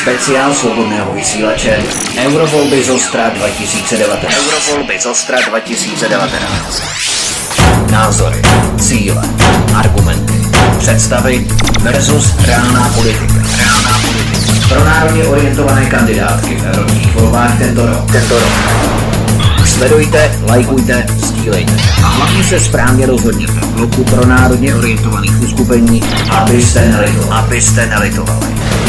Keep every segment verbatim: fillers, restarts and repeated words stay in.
Speciál svobodného vysílače Eurovolby z Ostra dva tisíce devatenáct. Eurovolby z Ostra dva tisíce devatenáct. Názory, cíle, argumenty, představy versus reálná politika. Reálná politika. Pro národně orientované kandidátky v evropských volbách tento rok. Tento rok. Sledujte, lajkujte, sdílejte a hlavně se správně rozhodněte v bloku pro národně orientovaných uskupení, abyste nelitovali. Abyste nelitovali.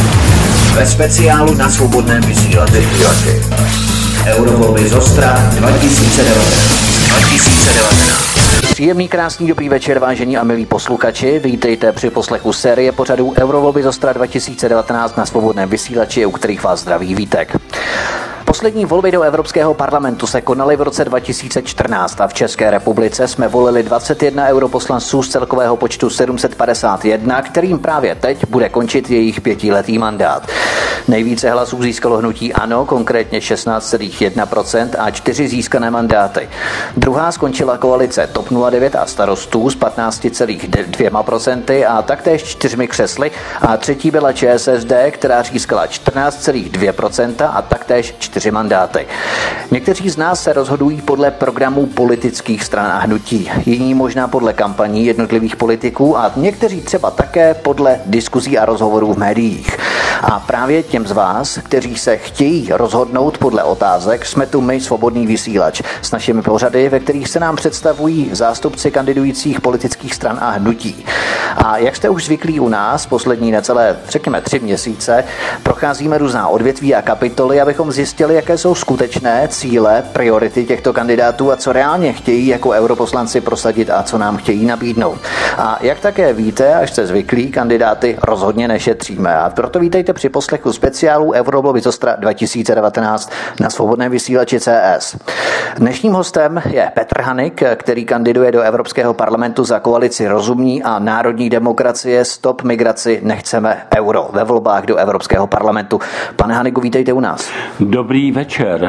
Ve speciálu na svobodném vysílači Eurovolby z Ostra dva tisíce devatenáct. dva tisíce devatenáct. Příjemný, krásný, dobrý večer, vážení a milí posluchači. Vítejte při poslechu série pořadů Eurovolby z Ostra dva tisíce devatenáct na svobodném vysílači, u kterých vás zdraví Vítek. Poslední volby do Evropského parlamentu se konaly v roce dva tisíce čtrnáct a v České republice jsme volili dvacet jedna europoslanců z celkového počtu sedm set padesát jedna, kterým právě teď bude končit jejich pětiletý mandát. Nejvíce hlasů získalo hnutí ANO, konkrétně šestnáct celá jedna procenta a čtyři získané mandáty. Druhá skončila koalice TOP nula devět a Starostů s patnáct celá dva procenta a taktéž čtyřmi křesly a třetí byla ČSSD, která získala čtrnáct celá dva procenta a taktéž čtyři mandáty. Někteří z nás se rozhodují podle programů politických stran a hnutí, jiní možná podle kampaní jednotlivých politiků a někteří třeba také podle diskuzí a rozhovorů v médiích. A právě těm z vás, kteří se chtějí rozhodnout podle otázek, jsme tu my, svobodný vysílač, s našimi pořady, ve kterých se nám představují zástupci kandidujících politických stran a hnutí. A jak jste už zvyklí u nás, poslední necelé, řekněme, tři měsíce, procházíme různá odvětví a kapitoly, abychom zjistili, jaké jsou skutečné cíle, priority těchto kandidátů a co reálně chtějí jako europoslanci prosadit a co nám chtějí nabídnout. A jak také víte, až jste zvyklí, kandidáty rozhodně nešetříme. A proto vítejte při poslechu speciálu Eurovolby z Ostra dva tisíce devatenáct na svobodném vysílači C S. Dnešním hostem je Petr Hanik, který kandiduje do Evropského parlamentu za koalici Rozumní a národní demokracie Stop migraci nechceme euro ve volbách do Evropského parlamentu. Pane Haniku, vítejte u nás. Dobrý večer.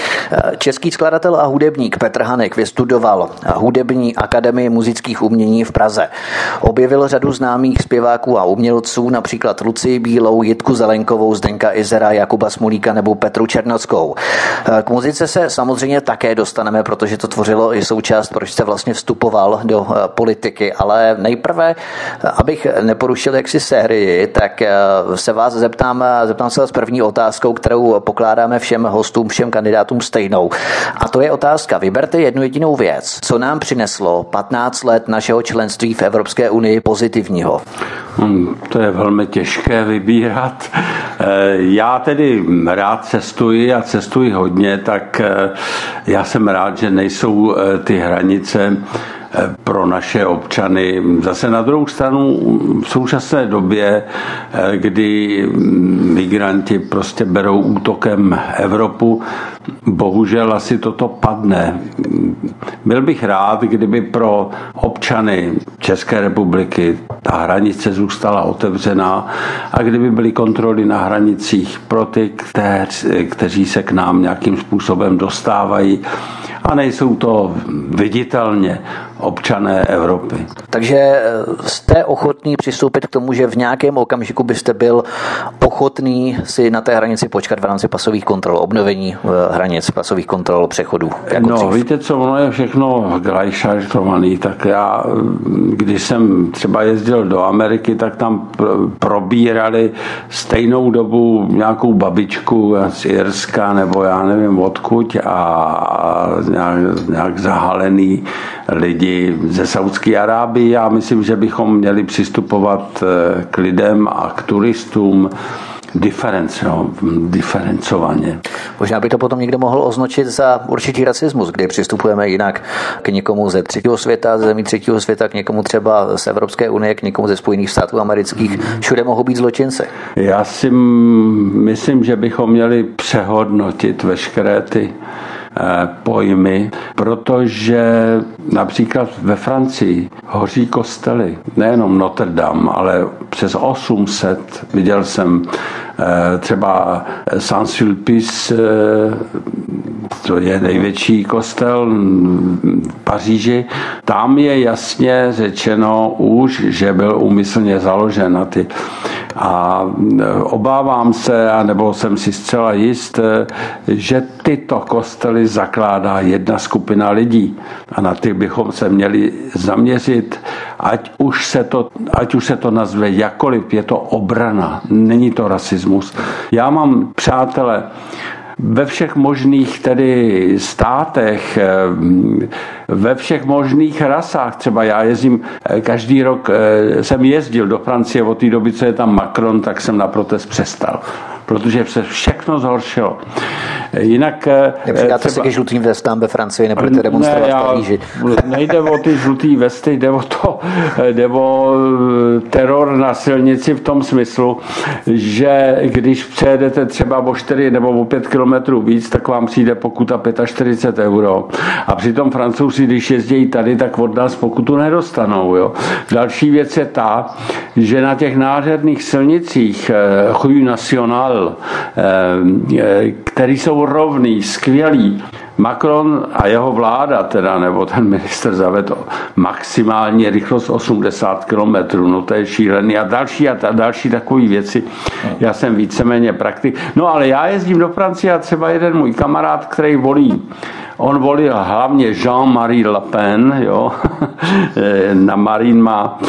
Český skladatel a hudebník Petr Hanik vystudoval Hudební akademii muzických umění v Praze. Objevil řadu známých zpěváků a umělců, například Lucii Bílou, Jitku Zelenkovou, Zdenka Izera, Jakuba Smolíka nebo Petru Černockou. K muzice se samozřejmě také dostaneme, protože to tvořilo i součást, proč jste vlastně vstupoval do politiky, ale nejprve, abych neporušil jaksi sérii, tak se vás zeptám, zeptám se vás první otázkou, kterou pokládáme všem hostům, všem kandidátům stejnou. A to je otázka. Vyberte jednu jedinou věc, co nám přineslo patnáct let našeho členství v Evropské unii pozitivního. Hmm, to je velmi těžké vybírat. Já tedy rád cestuji a cestuji hodně, tak já jsem rád, že nejsou ty hranice pro naše občany. Zase na druhou stranu v současné době, kdy migranti prostě berou útokem Evropu, bohužel asi toto padne. Byl bych rád, kdyby pro občany České republiky ta hranice zůstala otevřená a kdyby byly kontroly na hranicích pro ty, kteří se k nám nějakým způsobem dostávají a nejsou to viditelně občané Evropy. Takže jste ochotný přistoupit k tomu, že v nějakém okamžiku byste byl ochotný si na té hranici počkat v rámci pasových kontrol, obnovení hranic, pasových kontrol, přechodů? Jako no, dřív. Víte co, ono je všechno glajšažovaný, tak já, když jsem třeba jezdil do Ameriky, tak tam probírali stejnou dobu nějakou babičku z Irska, nebo já nevím odkud, a nějak, nějak zahalený lidi ze Saúdské Arábie. Já myslím, že bychom měli přistupovat k lidem a k turistům diferencovaně. Možná by to potom někdo mohl označit za určitý rasismus, kdy přistupujeme jinak k někomu ze třetího světa, ze zemí třetího světa, k někomu třeba z Evropské unie, k někomu ze Spojených států amerických. Všude mohou být zločinci. Já si myslím, že bychom měli přehodnotit veškeré ty pojmy, protože například ve Francii hoří kostely, nejenom Notre Dame, ale přes osm set, viděl jsem třeba Saint-Sulpice, to je největší kostel v Paříži, tam je jasně řečeno už, že byl úmyslně založen. A, ty, A obávám se, anebo jsem si zcela jist, že tyto kostely zakládá jedna skupina lidí a na ty bychom se měli zaměřit, ať už se to, ať už se to nazve jakkoliv, je to obrana, není to rasismus. Já mám přátele ve všech možných tedy státech, ve všech možných rasách. Třeba já jezdím, každý rok jsem jezdil do Francie, od té doby, co je tam Macron, tak jsem na protest přestal, protože se všechno zhoršilo. Jinak... Nepřidáte třeba... se ke žlutým vestám ve Francii, nebudete demonstrovat ne, já, v Paříži. Nejde o ty žlutý vesty, jde o to, jde o teror na silnici v tom smyslu, že když přejedete třeba o čtyři nebo o pět kilometrů víc, tak vám přijde pokuta čtyřicet pět euro. A přitom Francouzi, když jezdí tady, tak od nás pokutu nedostanou. Jo. Další věc je ta, že na těch nádherných silnicích Rue Nationale, který jsou rovný, skvělý. Macron a jeho vláda, teda, nebo ten minister zavedl maximální rychlost osmdesát kilometrů, no to je šílený a další a ta, další takové věci. Já jsem víceméně praktik. No ale já jezdím do Francie a třeba jeden můj kamarád, který volí, on volil hlavně Jean-Marie Le Pen, jo. Na Marine má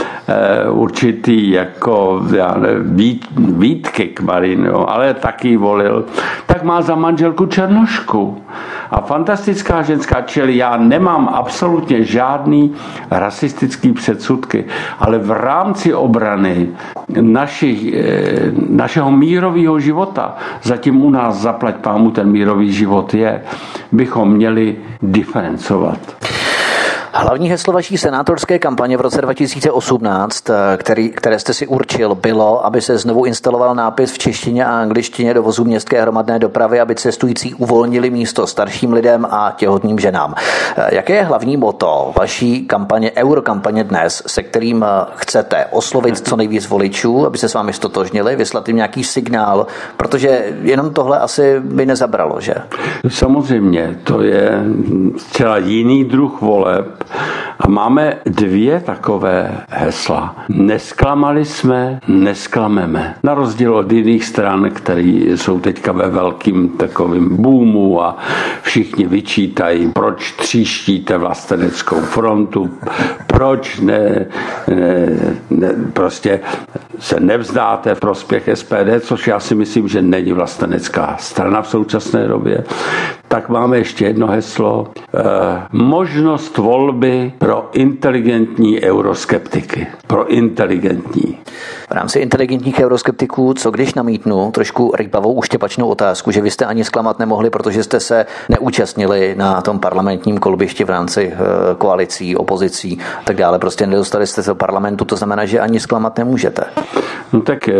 určitý jako já ne, vít, výtky k Marine, jo, ale taky volil. Tak má za manželku černošku. A fantastická ženská, čili já nemám absolutně žádný rasistický předsudky, ale v rámci obrany naši, našeho mírového života, zatím u nás zaplať pámu ten mírový život je, bychom měli diferencovat. Hlavní heslo vaší senátorské kampaně v roce dva tisíce osmnáct, který, které jste si určil, bylo, aby se znovu instaloval nápis v češtině a angličtině do vozů městské hromadné dopravy, aby cestující uvolnili místo starším lidem a těhotným ženám. Jaké je hlavní motto vaší kampaně, eurokampaně dnes, se kterým chcete oslovit co nejvíc voličů, aby se s vámi stotožnili, vyslat jim nějaký signál, protože jenom tohle asi by nezabralo, že? Samozřejmě, to je zcela jiný druh voleb. A máme dvě takové hesla. Nesklamali jsme, nesklameme. Na rozdíl od jiných stran, které jsou teďka ve velkým takovým boomu a všichni vyčítají, proč tříštíte vlasteneckou frontu, proč ne, ne, ne, prostě se nevzdáte v prospěch S P D, což já si myslím, že není vlastenecká strana v současné době. Tak máme ještě jedno heslo. Eh, možnost volby pro inteligentní euroskeptiky. Pro inteligentní. V rámci inteligentních euroskeptiků, co když namítnu trošku rýpavou uštěpačnou otázku, že vy jste ani zklamat nemohli, protože jste se neúčastnili na tom parlamentním kolbišti v rámci koalicí, opozicí a tak dále. Prostě nedostali jste se do parlamentu, to znamená, že ani zklamat nemůžete. No tak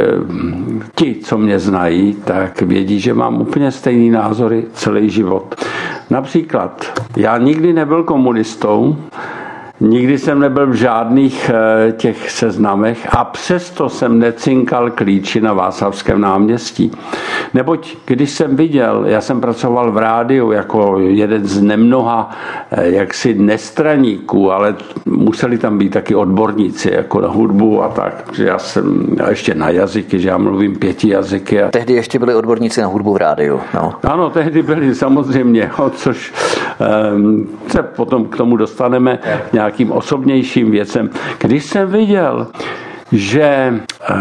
ti, co mě znají, tak vědí, že mám úplně stejný názory celý život. Například, já nikdy nebyl komunistou, nikdy jsem nebyl v žádných těch seznamech a přesto jsem necinkal klíči na Václavském náměstí. Neboť když jsem viděl, já jsem pracoval v rádiu jako jeden z nemnoha jaksi nestraníků, ale museli tam být taky odborníci jako na hudbu a tak. Já jsem a ještě na jazyky, že já mluvím pěti jazyky. A... Tehdy ještě byli odborníci na hudbu v rádiu. No. Ano, tehdy byli samozřejmě, což um, se potom k tomu dostaneme nějakým osobnějším věcem. Když jsem viděl, že uh,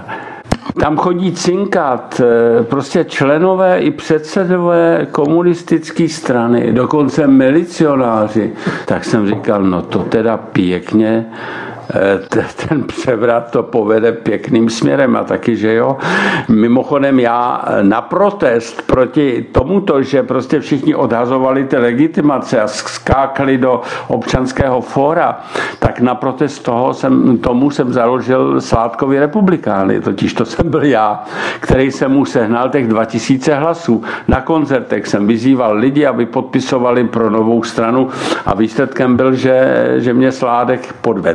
tam chodí cinkat prostě členové i předsedové komunistické strany, dokonce milicionáři, tak jsem říkal, no to teda pěkně, ten převrat to povede pěkným směrem a taky, že jo. Mimochodem já na protest proti tomuto, že prostě všichni odhazovali ty legitimace a skákali do občanského fóra, tak na protest toho jsem, tomu jsem založil Sládkovy republikány, totiž to jsem byl já, který jsem mu sehnal těch dva tisíce hlasů. Na koncertech jsem vyzýval lidi, aby podpisovali pro novou stranu a výsledkem byl, že, že mě Sládek podvedl.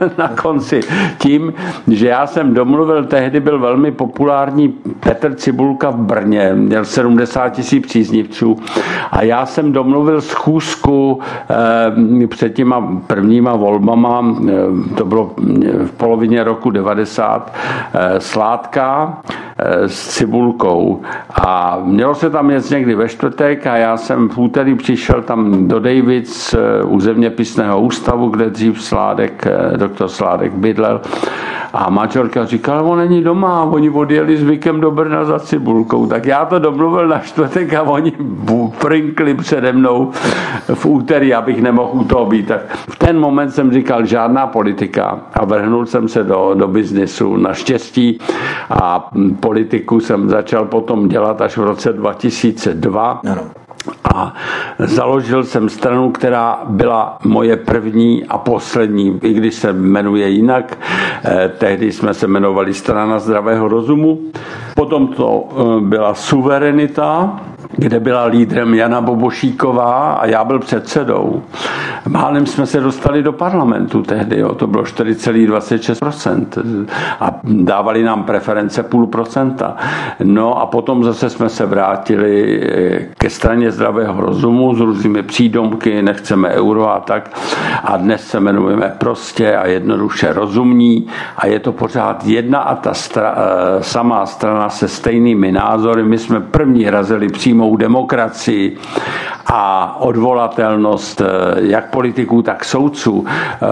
na konci tím, že já jsem domluvil, tehdy byl velmi populární Petr Cibulka v Brně, měl sedmdesát tisíc příznivců a já jsem domluvil schůzku eh, před těma prvníma volbama, eh, to bylo v polovině roku devadesát, eh, Sládka eh, s Cibulkou a mělo se tam jet někdy ve čtvrtek a já jsem v úterý přišel tam do Davids u zeměpisného ústavu, kde dřív Sládek, doktor Sládek bydlel a manželka říkala, on není doma, oni odjeli s Vikem do Brna za Cibulkou, tak já to domluvil na čtvrtek a oni prinkli přede mnou v úterý, abych nemohl u toho být. Tak v ten moment jsem říkal, žádná politika a vrhnul jsem se do, do biznisu naštěstí a politiku jsem začal potom dělat až v roce dva tisíce dva. Ano. A založil jsem stranu, která byla moje první a poslední, i když se jmenuje jinak. Eh, tehdy jsme se jmenovali Strana zdravého rozumu. Potom to eh, byla Suverenita, kde byla lídrem Jana Bobošíková a já byl předsedou. Málem jsme se dostali do parlamentu tehdy, jo, to bylo čtyři celá dvacet šest procent a dávali nám preference půl procenta. No a potom zase jsme se vrátili ke Straně zdravého rozumu s různými přídomky, nechceme euro a tak. A dnes se jmenujeme Prostě a jednoduše rozumní a je to pořád jedna a ta stra, samá strana se stejnými názory. My jsme první razili přímou demokracii a odvolatelnost jak politiků, tak soudců.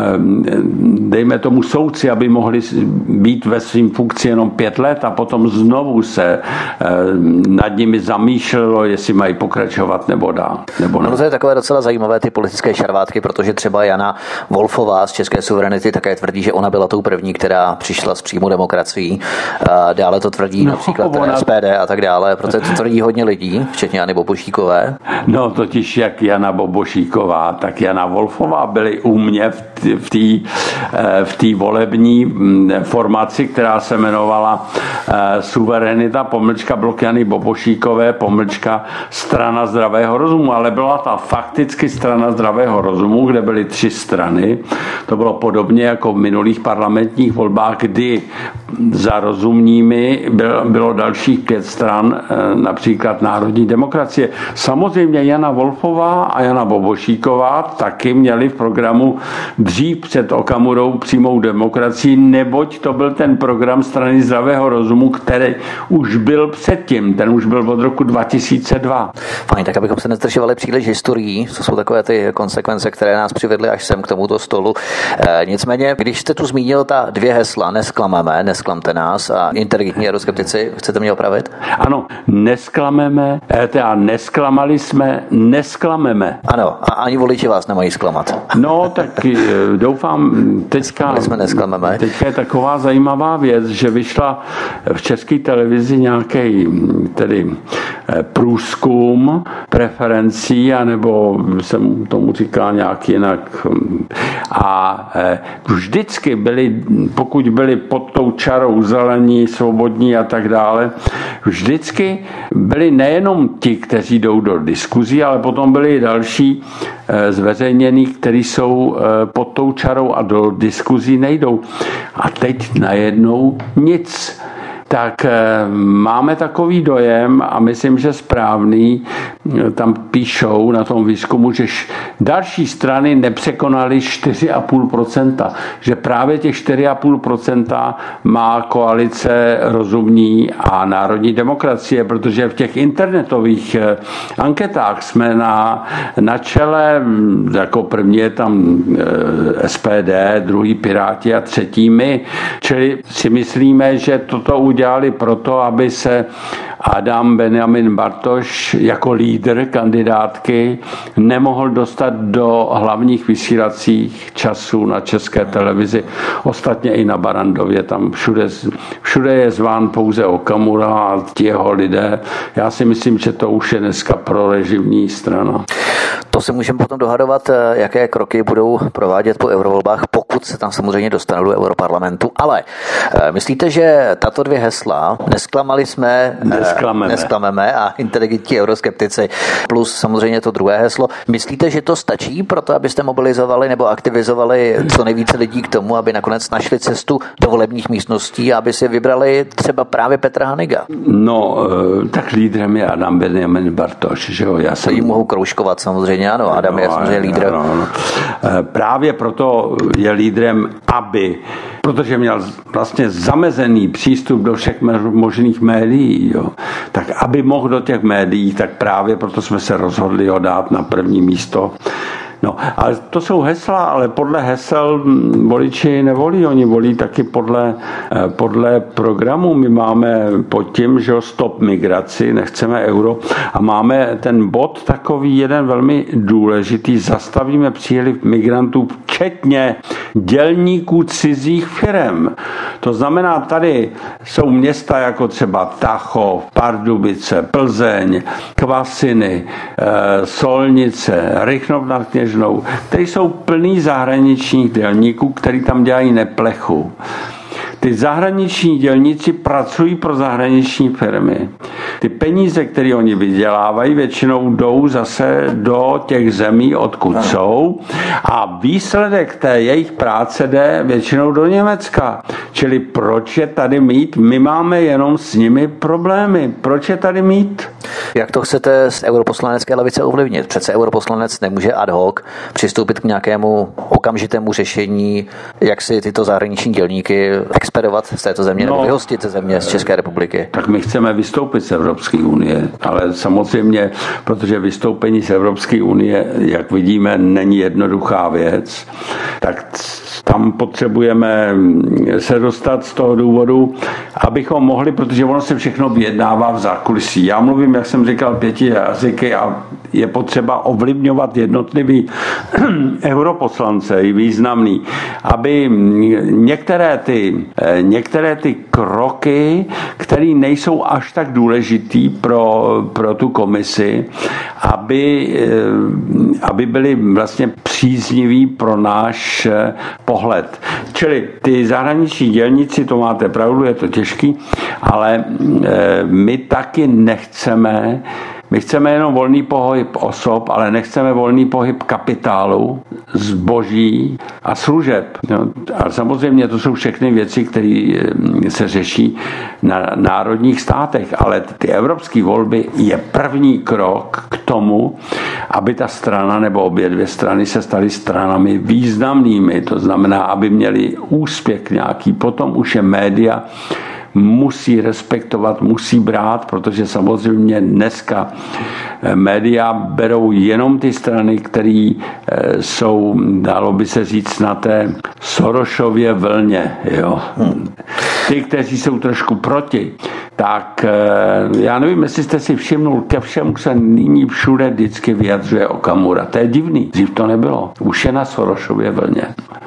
Dejme tomu soudci, aby mohli být ve svým funkci jenom pět let a potom znovu se nad nimi zamýšlelo, jestli mají pokračovat nebo dál. Nebo ne. No to je takové docela zajímavé, ty politické šarvátky, protože třeba Jana Wolfová z České suverenity také tvrdí, že ona byla tou první, která přišla s přímou demokracií. Dále to tvrdí no, například ona... S P D a tak dále, protože to tvrdí hodně lidí, včetně Jany Bobošíkové. No totiž jak Jana Bobošíková, tak Jana Wolfová byly u mě v té v té volební formaci, která se jmenovala Suverenita, pomlčka Blok Jany Bobošíkové, pomlčka Strana zdravého rozumu, ale byla ta fakticky Strana zdravého rozumu, kde byly tři strany. To bylo podobně jako v minulých parlamentních volbách, kdy za rozumními bylo dalších pět stran, například Národní demokracie. Samozřejmě Jana Wolfová a Jana Bobošíková taky měli v programu dřív před Okamurou přímou demokracii, neboť to byl ten program Strany zdravého rozumu, který už byl předtím, ten už byl od roku dva tisíce dva. Fajn, tak abychom se nezdržovali příliš historií, to jsou takové ty konsekvence, které nás přivedly až sem k tomuto stolu. E, nicméně, když jste tu zmínil ta dvě hesla, nesklameme, nesklamte nás a inteligentní euroskeptici, chcete mě opravit? Ano, nesklameme, teda nesklamali jsme, nesklameme. Ano, a ani voliči vás nemají zklamat. No, tak doufám, teďka, jsme nesklameme. teďka je taková zajímavá věc, že vyšla v České televizi nějaký tedy průzkum preferencí, anebo jsem tomu říkal nějak jinak. A vždycky byli, pokud byli pod tou čarou zelení, svobodní a tak dále, vždycky byli nejenom ti, kteří jdou do diskuzí, ale potom byli i další zveřejnění, kteří jsou pod tou čarou a do diskuzí nejdou. A teď najednou nic. Tak máme takový dojem a myslím, že správný, tam píšou na tom výzkumu, že další strany nepřekonaly čtyři a půl procenta, že právě těch čtyři a půl procenta má koalice Rozumní a Národní demokracie, protože v těch internetových anketách jsme na, na čele, jako první je tam S P D, druhý Piráti a třetí my, čili si myslíme, že toto udělá dělali proto, aby se Adam Benjamin Bartoš jako lídr kandidátky nemohl dostat do hlavních vysílacích časů na České televizi. Ostatně i na Barrandově, tam všude, všude je zván pouze Okamura a ti jeho lidé. Já si myslím, že to už je dneska prorežimní strana. To si můžeme potom dohadovat, jaké kroky budou provádět po eurovolbách, pokud se tam samozřejmě dostanou do europarlamentu. Ale myslíte, že tato dvě hesla, nesklamali jsme, Nesklameme. Nesklameme a inteligentní euroskeptici. Plus samozřejmě to druhé heslo. Myslíte, že to stačí pro to, abyste mobilizovali nebo aktivizovali co nejvíce lidí k tomu, aby nakonec našli cestu do volebních místností a aby si vybrali třeba právě Petra Haniga? No, tak lídrem je Adam Benjamin Bartoš, že jo? Já jsem... To jí mohu kroužkovat samozřejmě, ano. Adam no, je samozřejmě lídr. No, no. Právě proto je lídrem, aby, protože měl vlastně zamezený přístup do všech možných médií, jo? Tak aby mohl do těch médií, tak právě proto jsme se rozhodli ho dát na první místo. No, ale to jsou hesla, ale podle hesel voliči nevolí, oni volí taky podle, podle programu. My máme pod tím, že stop migraci, nechceme euro a máme ten bod takový jeden velmi důležitý, zastavíme příliv migrantů, včetně dělníků cizích firem. To znamená, tady jsou města jako třeba Tachov, Pardubice, Plzeň, Kvasiny, Solnice, Rychnov nad Kněžnou, které jsou plný zahraničních dělníků, který tam dělají neplechu. Ty zahraniční dělníci pracují pro zahraniční firmy. Ty peníze, které oni vydělávají, většinou jdou zase do těch zemí, odkud jsou. A výsledek té jejich práce jde většinou do Německa. Čili proč je tady mít? My máme jenom s nimi problémy. Proč je tady mít? Jak to chcete z europoslanecké lavice ovlivnit? Přece europoslanec nemůže ad hoc přistoupit k nějakému okamžitému řešení, jak si tyto zahraniční dělníky expedovat z této země no, nebo vyhostit ze země z České republiky. Tak my chceme vystoupit z Evropské unie, ale samozřejmě, protože vystoupení z Evropské unie, jak vidíme, není jednoduchá věc, tak tam potřebujeme se dostat z toho důvodu, abychom mohli, protože ono se všechno vyjednává v zákulisí. Já mluvím, jak jsem říkal, pěti jazyky a je potřeba ovlivňovat jednotlivý europoslance, i významný, aby některé ty, některé ty kroky, které nejsou až tak důležitý pro, pro tu komisi, aby, aby byly vlastně příznivý pro náš pohled. Čili ty zahraniční dělníci, to máte pravdu, je to těžký, ale my taky nechceme, my chceme jenom volný pohyb osob, ale nechceme volný pohyb kapitálu, zboží a služeb. No, a samozřejmě to jsou všechny věci, které se řeší na národních státech, ale ty evropské volby je první krok k tomu, aby ta strana nebo obě dvě strany se staly stranami významnými. To znamená, aby měli úspěch nějaký. Potom už je média musí respektovat, musí brát, protože samozřejmě dneska média berou jenom ty strany, které jsou, dalo by se říct, na té Sorosově vlně. Jo. Ty, kteří jsou trošku proti, tak já nevím, jestli jste si všimnul, ke všemu se nyní všude vždycky vyjadřuje Okamura. To je divný, dřív to nebylo. Už je na Sorosově vlně.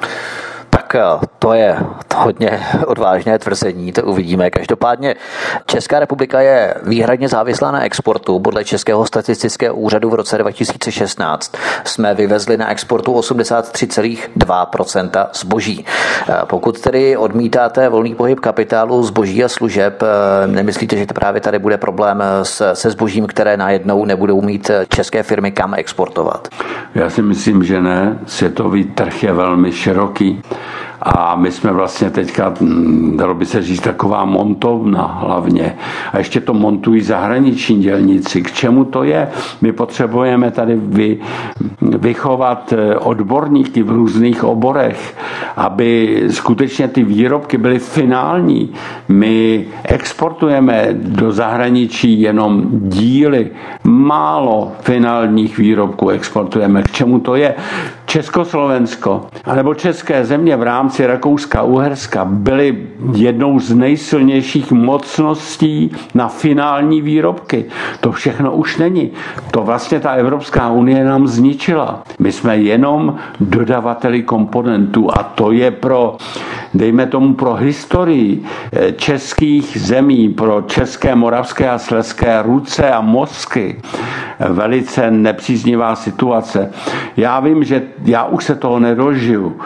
Tak to je hodně odvážné tvrzení, to uvidíme. Každopádně Česká republika je výhradně závislá na exportu. Podle Českého statistického úřadu v roce dva tisíce šestnáct jsme vyvezli na exportu osmdesát tři celá dva procenta zboží. Pokud tedy odmítáte volný pohyb kapitálu, zboží a služeb, nemyslíte, že to právě tady bude problém se zbožím, které najednou nebudou mít české firmy kam exportovat? Já si myslím, že ne. Světový trh je velmi široký. A my jsme vlastně teďka, dalo by se říct, taková montovna hlavně. A ještě to montují zahraniční dělníci. K čemu to je? My potřebujeme tady vy, vychovat odborníky v různých oborech, aby skutečně ty výrobky byly finální. My exportujeme do zahraničí jenom díly. Málo finálních výrobků exportujeme. K čemu to je? Československo anebo české země v rámci Rakouska a Uherska byly jednou z nejsilnějších mocností na finální výrobky. To všechno už není. To vlastně ta Evropská unie nám zničila. My jsme jenom dodavateli komponentů a to je pro, dejme tomu, pro historii českých zemí, pro české, moravské a slezské ruce a mozky velice nepříznivá situace. Já vím, že já už se toho nedožiju,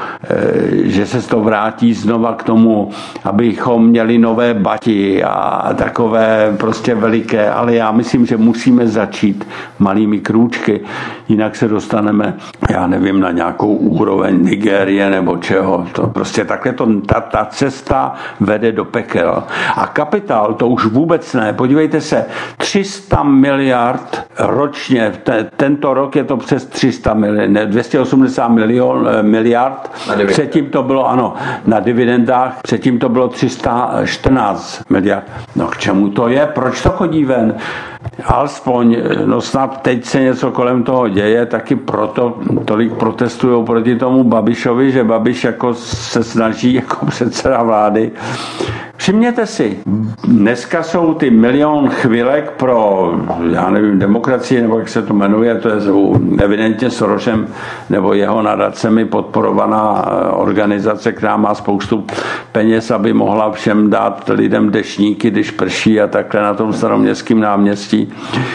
že se to vrátí znova k tomu, abychom měli nové bati a takové prostě veliké, ale já myslím, že musíme začít malými krůčky, jinak se dostaneme, já nevím, na nějakou úroveň Nigérie nebo čeho. To prostě takhle to, ta, ta cesta vede do pekel. A kapitál to už vůbec ne. Podívejte se, tři sta miliard ročně, te, tento rok je to přes tři sta miliard, ne, dvě stě osmdesát milion, miliard, předtím to bylo, ano, na dividendách, předtím to bylo tři sta čtrnáct miliard. No k čemu to je? Proč to chodí ven? Alespoň, no snad teď se něco kolem toho děje, taky proto tolik protestují proti tomu Babišovi, že Babiš jako se snaží jako předseda vlády. Všimněte si, dneska jsou ty milion chvilek pro, já nevím, demokracii, nebo jak se to jmenuje, to je evidentně Sorosem nebo jeho nadacemi podporovaná organizace, která má spoustu peněz, aby mohla všem dát lidem dešníky, když prší a takhle na tom Staroměstském náměstí.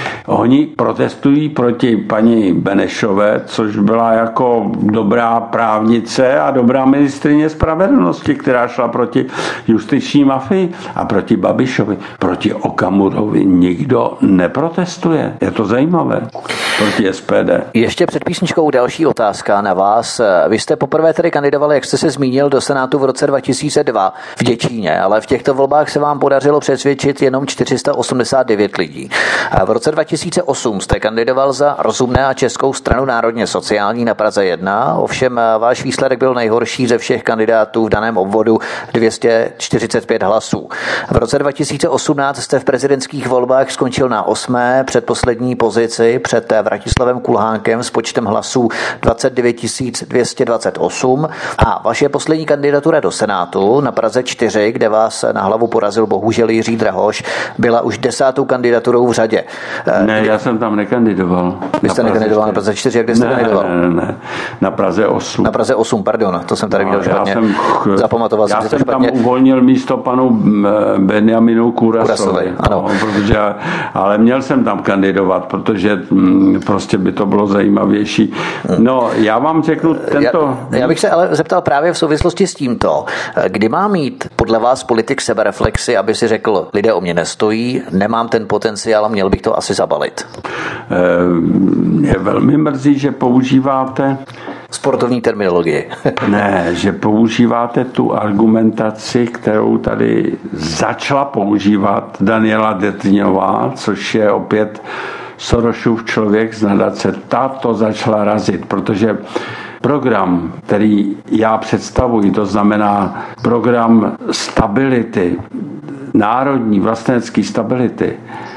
Oni protestují proti paní Benešové, což byla jako dobrá právnice a dobrá ministryně spravedlnosti, která šla proti justiční mafii a proti Babišovi. Proti Okamurovi nikdo neprotestuje. Je to zajímavé. Proti S P D. Ještě před písničkou další otázka na vás. Vy jste poprvé tedy kandidovali, jak jste se zmínil, do Senátu v roce dva tisíce dva v Děčíně, ale v těchto volbách se vám podařilo přesvědčit jenom čtyři sta osmdesát devět lidí. V roce dva tisíce osm jste kandidoval za Rozumné a Českou stranu národně sociální na Praze jedna, ovšem váš výsledek byl nejhorší ze všech kandidátů v daném obvodu, dvě stě čtyřicet pět hlasů. V roce dva tisíce osmnáct jste v prezidentských volbách skončil na osmé předposlední pozici před Vratislavem Kulhánkem s počtem hlasů dvacet devět tisíc dvě stě dvacet osm a vaše poslední kandidatura do Senátu na Praze čtyři, kde vás na hlavu porazil bohužel Jiří Drahoš, byla už desátou kandidaturou v řadě. Ne, já jsem tam nekandidoval. Vy jste nekandidoval na Praze čtyři, jak jste ne, kandidoval? Ne, ne, ne, na Praze osm. Na Praze osm, pardon, to jsem tady no, viděl špatně. Jsem, Zapamatoval já jsem, jsem to špatně. tam uvolnil místo panu Benjaminu Kurasovi. Ano. No, protože, ale měl jsem tam kandidovat, protože m, prostě by to bylo zajímavější. No, já vám řeknu tento... Já, já bych se ale zeptal právě v souvislosti s tímto. Kdy má mít podle vás politik sebereflexi, aby si řekl, lidé o mě nestojí, nemám ten potenciál a měl bych to asi zabalit? Mě velmi mrzí, že používáte sportovní terminologii. Ne, že používáte tu argumentaci, kterou tady začala používat Daniela Detňová, což je opět Sorosův člověk z nadace. Ta to začala razit, protože program, který já představuji, to znamená program stability, národní vlastenecké stability,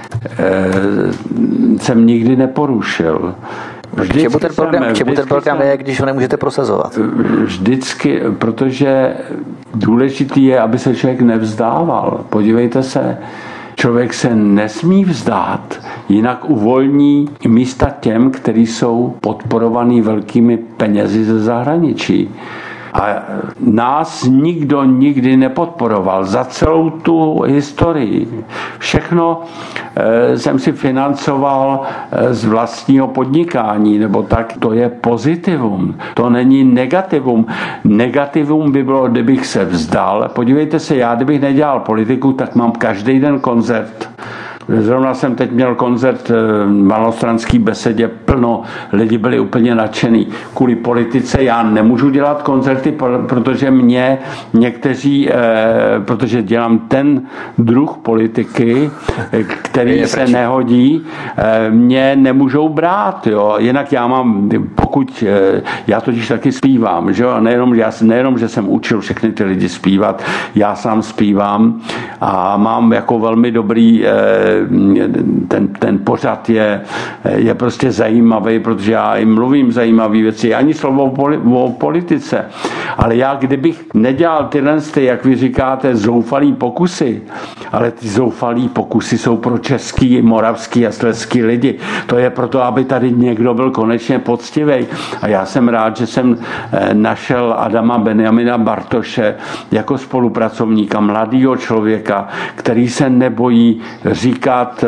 jsem nikdy neporušil. K čemu ten program, k čemu ten program je, když ho nemůžete prosazovat? Vždycky, protože důležitý je, aby se člověk nevzdával. Podívejte se, člověk se nesmí vzdát, jinak uvolní místa těm, kteří jsou podporovaní velkými penězi ze zahraničí. A nás nikdo nikdy nepodporoval za celou tu historii. Všechno e, jsem si financoval e, z vlastního podnikání, nebo tak, to je pozitivum, to není negativum. Negativum by bylo, kdybych se vzdal. Podívejte se, já kdybych nedělal politiku, tak mám každý den koncert. Zrovna jsem teď měl koncert v Malostranský besedě, plno, lidi byli úplně nadšený. Kvůli politice já nemůžu dělat koncerty, protože mě někteří, protože dělám ten druh politiky, který se nehodí, mě nemůžou brát. Jo. Jinak já mám, pokud, já totiž taky zpívám, že jo, nejenom, já, nejenom, že jsem učil všechny ty lidi zpívat, já sám zpívám a mám jako velmi dobrý ten, ten pořad je, je prostě zajímavý, protože já jim mluvím zajímavé věci, ani slovo o, poli, o politice. Ale já, kdybych nedělal tyhle, jak vy říkáte, zoufalý pokusy, ale ty zoufalý pokusy jsou pro český, moravský a slezský lidi. To je proto, aby tady někdo byl konečně poctivý. A já jsem rád, že jsem našel Adama Benjamina Bartoše jako spolupracovníka, mladýho člověka, který se nebojí říkat říkat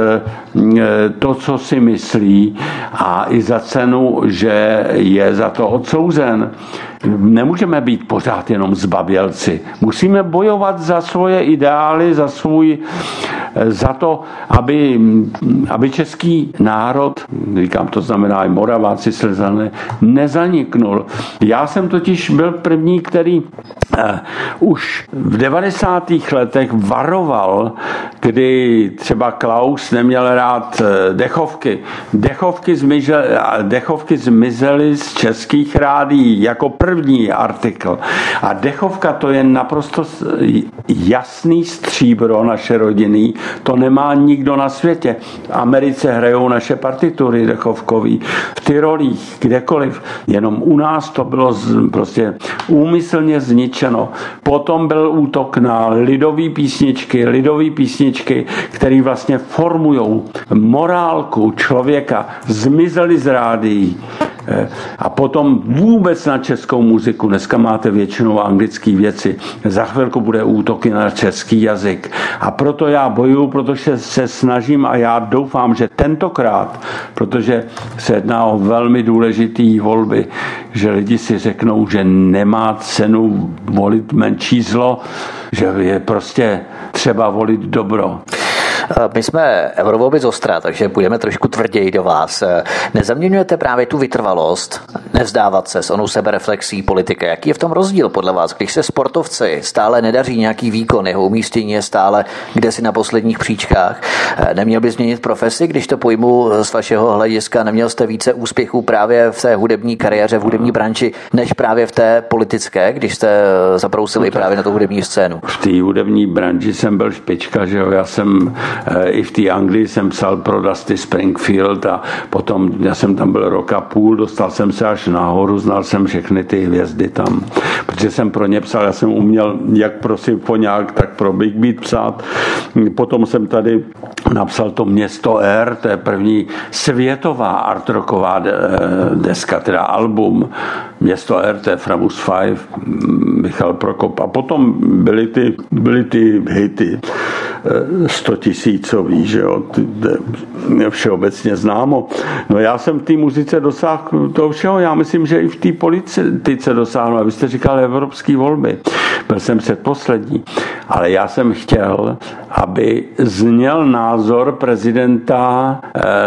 to, co si myslí, a i za cenu, že je za to odsouzen. Nemůžeme být pořád jenom zbabělci. Musíme bojovat za svoje ideály, za svůj, za to, aby, aby český národ, říkám, to znamená i Moraváci, Slezané, nezaniknul. Já jsem totiž byl první, který eh, už v devadesátých letech varoval, kdy třeba Klaus neměl rád dechovky. Dechovky, zmizel, dechovky zmizely z českých rádií jako první artikl. A dechovka, to je naprosto jasný stříbro naše rodiny. To nemá nikdo na světě. V Americe hrajou naše partitury dechovkový, v Tyrolích, kdekoliv. Jenom u nás to bylo prostě úmyslně zničeno. Potom byl útok na lidové písničky, lidové písničky, které vlastně formujou morálku člověka, zmizely z rádií. A potom vůbec na českou muziku. Dneska máte většinou anglické věci. Za chvilku bude útoky na český jazyk. A proto já bojuju, protože se snažím a já doufám, že tentokrát, protože se jedná o velmi důležitý volby, že lidi si řeknou, že nemá cenu volit menší zlo, že je prostě třeba volit dobro. My jsme eurovolby z ostra, takže půjdeme trošku tvrději do vás. Nezaměňujete právě tu vytrvalost, nevzdávat se s onou sebereflexí politika? Jaký je v tom rozdíl podle vás, když se sportovci stále nedaří nějaký výkon, jeho umístění je stále kdesi na posledních příčkách? Neměl by změnit profesi, když to pojmu z vašeho hlediska? Neměl jste více úspěchů právě v té hudební kariéře, v hudební branži, než právě v té politické, když jste zabrousili právě na tu hudební scénu? V té hudební branži jsem byl špička, že jo, já jsem i v té Anglii jsem psal pro Dusty Springfield a potom já jsem tam byl rok a půl, dostal jsem se až nahoru, znal jsem všechny ty hvězdy tam, protože jsem pro ně psal, já jsem uměl jak pro symfoniák, tak pro Big Beat psát. Potom jsem tady napsal to Město R, to je první světová art rocková deska, teda album Město R, to je Framus Five, Michal Prokop. A potom byly ty, byly ty hity stotisícový, že jo, všeobecně známo. No já jsem v té muzice dosáhl toho všeho, já myslím, že i v té politice dosáhnu. A vy jste říkal evropské volby. Byl jsem předposlední, ale já jsem chtěl, aby zněl názor prezidenta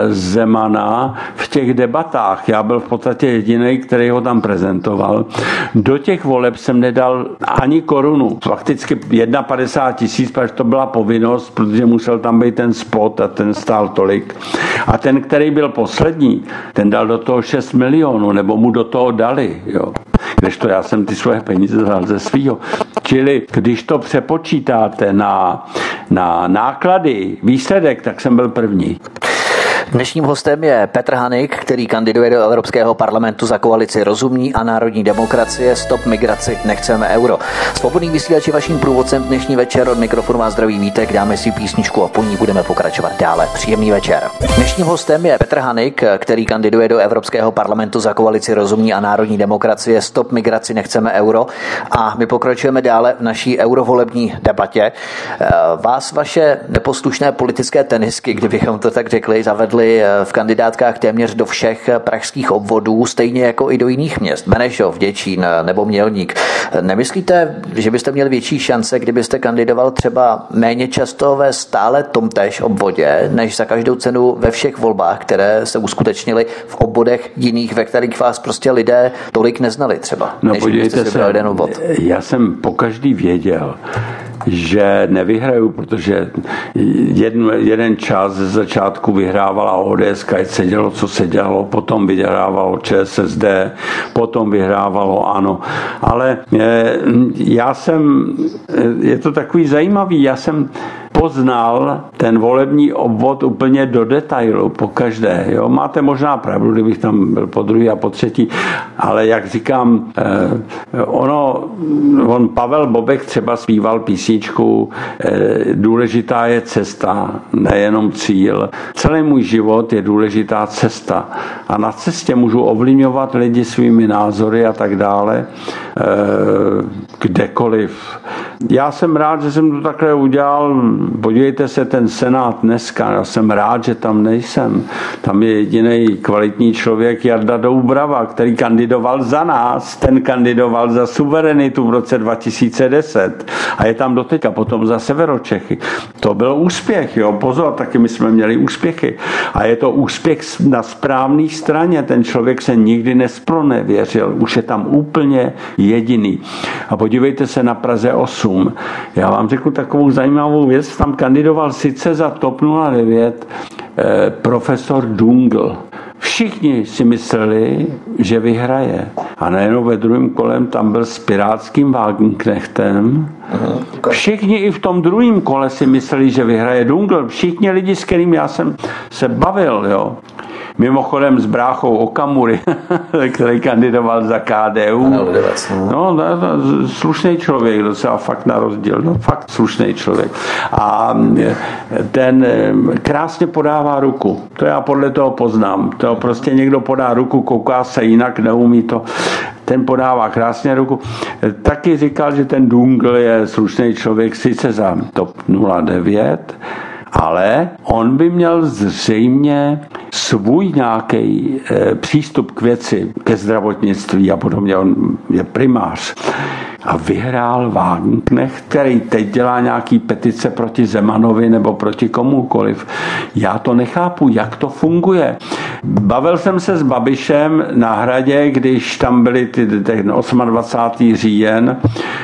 Zemana v těch debatách. Já byl v podstatě jediný, který ho tam prezentoval. Do těch voleb jsem nedal ani korunu. Fakticky padesát tisíc, protože to byla povinnost, protože musel tam být ten spot a ten stál tolik. A ten, který byl poslední, ten dal do toho šest milionů, nebo mu do toho dali, jo. Kdežto já jsem ty svoje peníze dal ze svýho. Čili když to přepočítáte na, na náklady, výsledek, tak jsem byl první. Dnešním hostem je Petr Hanik, který kandiduje do Evropského parlamentu za koalici Rozumní a národní demokracie. Stop migraci, nechceme euro. Svobodný vysílač je vaším průvodcem dnešní večer. Od mikrofonu vás zdraví Vítek, dáme si písničku a po ní budeme pokračovat dále. Příjemný večer. Dnešním hostem je Petr Hanik, který kandiduje do Evropského parlamentu za koalici Rozumní a národní demokracie. Stop migraci, nechceme euro. A my pokračujeme dále v naší eurovolební debatě. Vás vaše neposlušné politické tenisky, kdybychom to tak řekli, zavedly v kandidátkách téměř do všech pražských obvodů, stejně jako i do jiných měst. Benešov, Děčín nebo Mělník. Nemyslíte, že byste měli větší šance, kdybyste kandidoval třeba méně často ve stále tomtéž obvodě, než za každou cenu ve všech volbách, které se uskutečnily v obvodech jiných, ve kterých vás prostě lidé tolik neznali třeba? No podívejte se, jeden obvod. Já jsem pokaždý věděl, že nevyhraju, protože jeden, jeden čas ze začátku vyhrávala O D S, se dělo, co se dělalo, potom vyhrávalo Č S S D, potom vyhrávalo ANO. Ale já jsem, je to takový zajímavý, já jsem poznal ten volební obvod úplně do detailu, po každé. Jo? Máte možná pravdu, kdybych tam byl po druhý a po třetí, ale jak říkám, eh, ono, on Pavel Bobek třeba zpíval písničku eh, důležitá je cesta, nejenom cíl. Celý můj život je důležitá cesta a na cestě můžu ovlivňovat lidi svými názory a tak dále, eh, kdekoliv. Já jsem rád, že jsem to takhle udělal. Podívejte se, ten senát dneska, já jsem rád, že tam nejsem. Tam je jediný kvalitní člověk Jarda Doubrava, který kandidoval za nás. Ten kandidoval za suverenitu v roce dva tisíce deset a je tam doteďka, potom za Severočechy. To byl úspěch, jo, pozor, taky my jsme měli úspěchy. A je to úspěch na správné straně. Ten člověk se nikdy nespronevěřil, už je tam úplně jediný. A podívejte se na Praze osm. Já vám řeknu takovou zajímavou věc, tam kandidoval sice za TOP nula devět eh, profesor Dungl. Všichni si mysleli, že vyhraje. A najednou ve druhém kolem tam byl s pirátským Wagenknechtem. Všichni i v tom druhém kole si mysleli, že vyhraje Dungl. Všichni lidi, s kterými já jsem se bavil, jo. Mimochodem s bráchou Okamury, který kandidoval za K D U. No, slušný člověk, docela fakt na rozdíl. No, fakt slušný člověk. A ten krásně podává ruku. To já podle toho poznám. To prostě někdo podá ruku, kouká se jinak, neumí to. Ten podává krásně ruku. Taky říkal, že ten Dungl je slušný člověk, sice za TOP nula devět, ale on by měl zřejmě svůj nějaký e, přístup k věci, ke zdravotnictví a podobně. On je primář. A vyhrál Wagenknecht, který teď dělá nějaký petice proti Zemanovi nebo proti komukoliv. Já to nechápu, jak to funguje. Bavil jsem se s Babišem na Hradě, když tam byly ty, ty dvacátého osmého říjen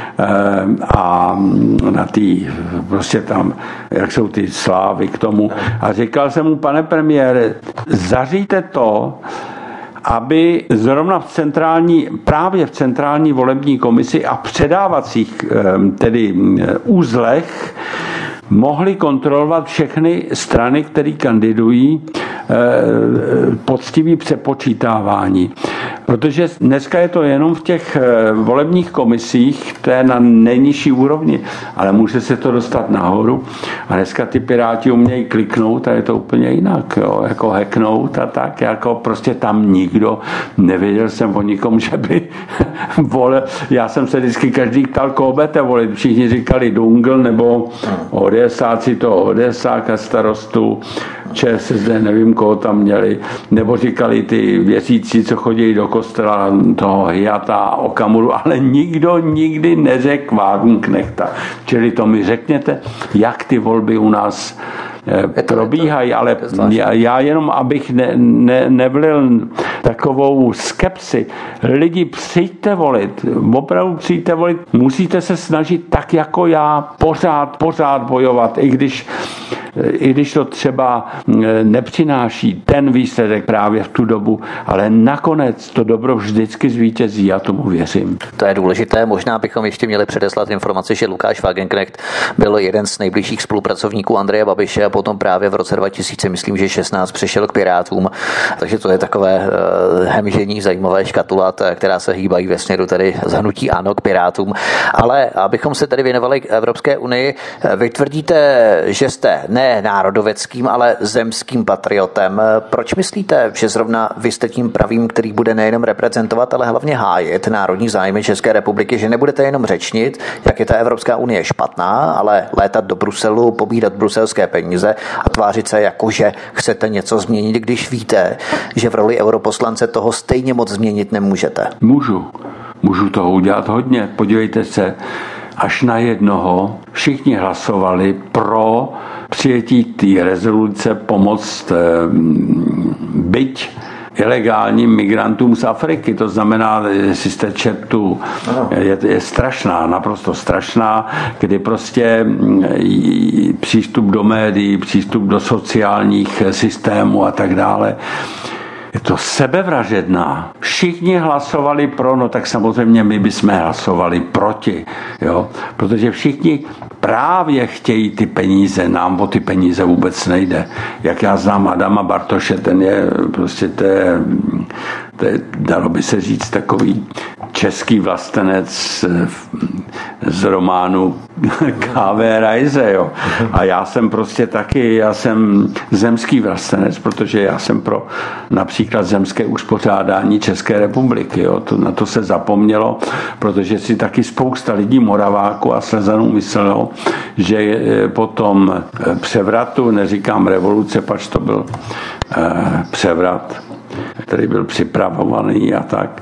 a na tý, prostě tam, jak jsou ty slávy k tomu. A říkal jsem mu, pane premiére, zaříte to, aby zrovna v centrální, právě v centrální volební komisi a předávacích tedy úzlech mohli kontrolovat všechny strany, které kandidují, poctivý přepočítávání. Protože dneska je to jenom v těch volebních komisích, to je na nejnižší úrovni, ale může se to dostat nahoru. A dneska ty Piráti umějí kliknout a je to úplně jinak, jo? Jako hacknout a tak, jako prostě tam nikdo, nevěděl jsem o nikom, že by volil. Já jsem se vždycky každý ptal, koho budete volit. Všichni říkali Dungl nebo ODSáci to ODSák a starostu, ČSSD, nevím, koho tam měli, nebo říkali ty věřící, co chodí do kostela, toho Hyata, Okamuru, ale nikdo nikdy neřekl Wagenknechta. Čili to mi řekněte, jak ty volby u nás probíhají, ale já jenom, abych ne, ne, nevlil takovou skepsi. Lidi, přijďte volit, opravdu přijďte volit, musíte se snažit tak jako já pořád, pořád bojovat, i když, i když to třeba nepřináší ten výsledek právě v tu dobu, ale nakonec to dobro vždycky zvítězí, já tomu věřím. To je důležité, možná bychom ještě měli předeslat informaci, že Lukáš Wagenknecht byl jeden z nejbližších spolupracovníků Andreje Babiše a potom právě v roce dva tisíce, myslím, že šestnáct přešel k Pirátům, takže to je takové uh, hemžení, zajímavé škatulat, která se hýbají ve směru tedy z hnutí ANO k Pirátům. Ale abychom se tedy věnovali k Evropské unii, vy tvrdíte, že jste ne národoveckým, ale zemským patriotem. Proč myslíte, že zrovna vy jste tím pravým, který bude nejenom reprezentovat, ale hlavně hájit národní zájmy České republiky, že nebudete jenom řečnit, jak je ta Evropská unie špatná, ale létat do Bruselu, pobírat bruselské peníze a tvářit se jako, že chcete něco změnit, když víte, že v roli europoslance toho stejně moc změnit nemůžete? Můžu. Můžu toho udělat hodně. Podívejte se, až na jednoho všichni hlasovali pro přijetí té rezoluce pomoct byť ilegálním migrantům z Afriky. To znamená, jestli jste četl, je, je strašná, naprosto strašná, kdy prostě přístup do médií, přístup do sociálních systémů a tak dále. Je to sebevražedná. Všichni hlasovali pro, no tak samozřejmě my bychom hlasovali proti, jo? Protože všichni právě chtějí ty peníze, nám o ty peníze vůbec nejde. Jak já znám Adama Bartoše, ten je prostě, to je, to je, dalo by se říct, takový český vlastenec z románu K V Rajze, jo. A já jsem prostě taky, já jsem zemský vlastenec, protože já jsem pro například zemské uspořádání České republiky, jo. To, na to se zapomnělo, protože si taky spousta lidí Moraváku a Slezanů myslelo, že po tom převratu, neříkám revoluce, pač to byl eh, převrat, který byl připravovaný a tak,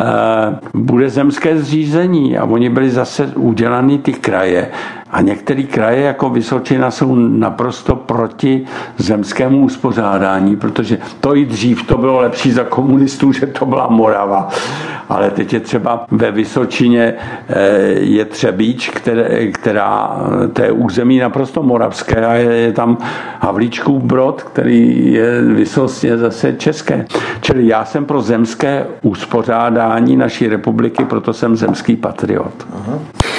bude zemské zřízení a oni byli zase udělaný ty kraje a některé kraje jako Vysočina jsou naprosto proti zemskému uspořádání, protože to i dřív to bylo lepší za komunistů, že to byla Morava, ale teď je třeba ve Vysočině je Třebíč, které, která to je území naprosto moravské a je, je tam Havlíčkův Brod, který je vysostně zase české. Čili já jsem pro zemské uspořádání naší republiky, proto jsem zemský patriot. Aha.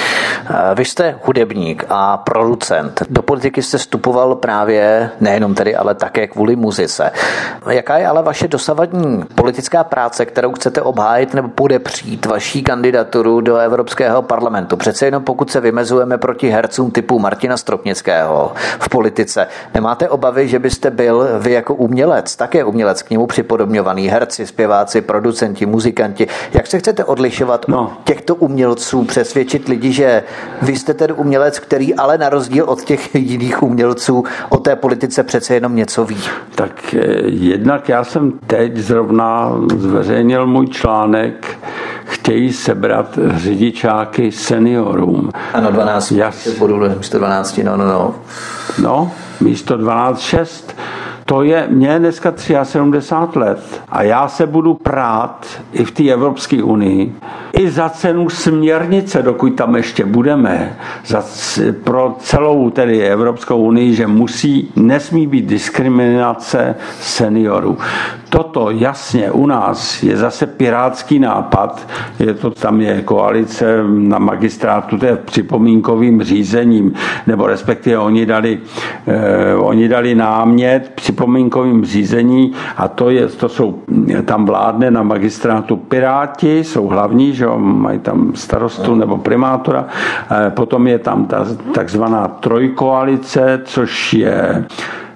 Vy jste hudebník a producent. Do politiky jste vstupoval právě nejenom tedy, ale také kvůli muzice. Jaká je ale vaše dosavadní politická práce, kterou chcete obhájit nebo podepřít vaší kandidaturu do Evropského parlamentu? Přece jenom pokud se vymezujeme proti hercům typu Martina Stropnického v politice, nemáte obavy, že byste byl vy jako umělec, také umělec k němu připodobňovaný, herci, zpěváci, producenti, muzikanti? Jak se chcete odlišovat no. od těchto umělců, přesvědčit lidi, že vy jste ten umělec, který ale na rozdíl od těch jiných umělců o té politice přece jenom něco ví? Tak jednak já jsem teď zrovna zveřejnil můj článek, chtějí sebrat řidičáky seniorům. Ano, dvanáct, já... místo dvanáct, no, no, no. No, místo dvanáct šest. To je, mě je dneska sedmdesát tři let a já se budu prát i v té Evropské unii, i za cenu směrnice, dokud tam ještě budeme, za, pro celou tedy Evropskou unii, že musí, nesmí být diskriminace seniorů. Toto jasně u nás je zase pirátský nápad, je to, tam je koalice na magistrátu, to je připomínkovým řízením, nebo respektive oni dali, eh, oni dali námět připomínkovým řízení a to, je, to jsou, tam vládne na magistrátu Piráti, jsou hlavní, že jo, mají tam starostu nebo primátora, eh, potom je tam ta takzvaná trojkoalice, což je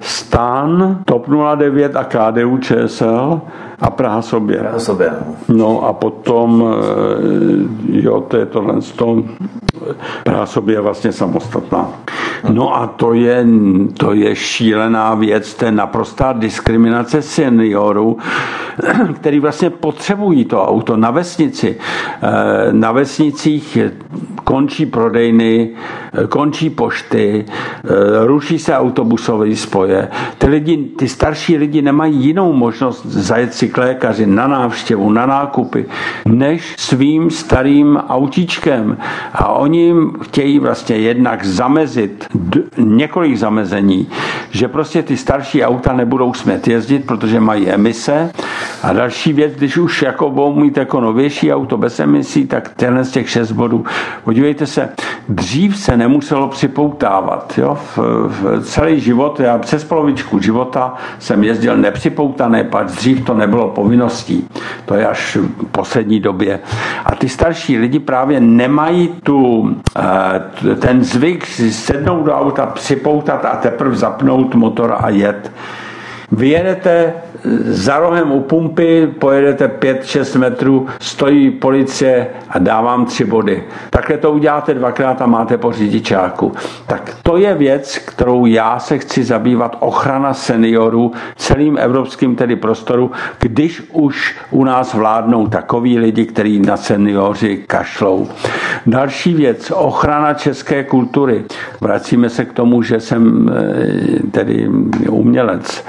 STAN, TOP nula devět a K D U Č S L a Praha sobě. Praha sobě. No a potom, jo, to je tohle z toho, Praha sobě je vlastně samostatná. No a to je, to je šílená věc, to je naprostá diskriminace seniorů, který vlastně potřebují to auto na vesnici. Na vesnicích končí prodejny, končí pošty, ruší se autobusové spoje. Ty, lidi, ty starší lidi nemají jinou možnost zajet si k lékaři na návštěvu, na nákupy, než svým starým autíčkem. A oni jim chtějí vlastně jednak zamezit d- několik zamezení, že prostě ty starší auta nebudou smět jezdit, protože mají emise. A další věc, když už jako budou mít jako novější auto bez emisí, tak tenhle z těch šest bodů. Podívejte se, dřív se nemuselo připoutávat. Jo? V, v celý život, já přes polovičku života jsem jezdil nepřipoutané, pač dřív to nebylo povinností. To je až v poslední době. A ty starší lidi právě nemají tu, ten zvyk sednout do auta, připoutat a teprve zapnout motor a jet. Vyjedete za rohem u pumpy, pojedete pět šest metrů, stojí policie a dá vám tři body. Takhle to uděláte dvakrát a máte po řidičáku. Tak to je věc, kterou já se chci zabývat, ochrana seniorů celým evropským tedy prostoru, když už u nás vládnou takoví lidi, kteří na senioři kašlou. Další věc, ochrana české kultury. Vracíme se k tomu, že jsem tedy umělec.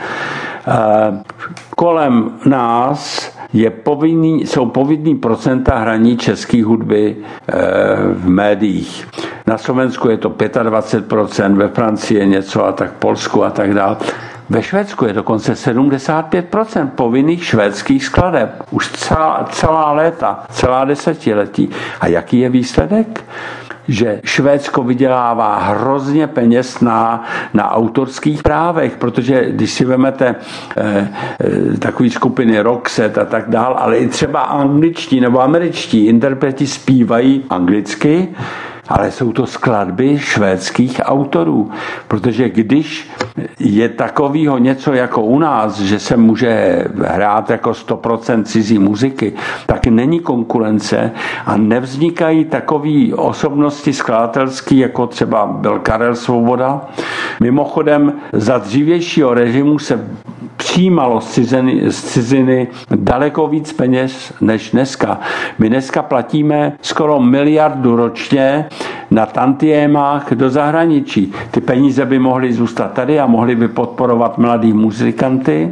Kolem nás je povinný, jsou povinný procenta hraní české hudby v médiích. Na Slovensku je to dvacet pět procent, ve Francii je něco a tak Polsku a tak dále. Ve Švédsku je dokonce sedmdesát pět procent povinných švédských skladeb. Už celá, celá léta, celá desetiletí. A jaký je výsledek? že Švédsko vydělává hrozně peněz na, na autorských právech, protože když si vezmete eh, eh, takové skupiny Roxette a tak dál, ale i třeba angličtí nebo američtí interpreti zpívají anglicky, ale jsou to skladby švédských autorů, protože když je takovýho něco jako u nás, že se může hrát jako sto procent cizí muziky, tak není konkurence a nevznikají takové osobnosti skladatelský, jako třeba byl Karel Svoboda. Mimochodem za dřívějšího režimu se přijímalo z ciziny, z ciziny daleko víc peněz než dneska. My dneska platíme skoro miliardu ročně na tantiémách do zahraničí. Ty peníze by mohly zůstat tady a mohly by podporovat mladý muzikanty.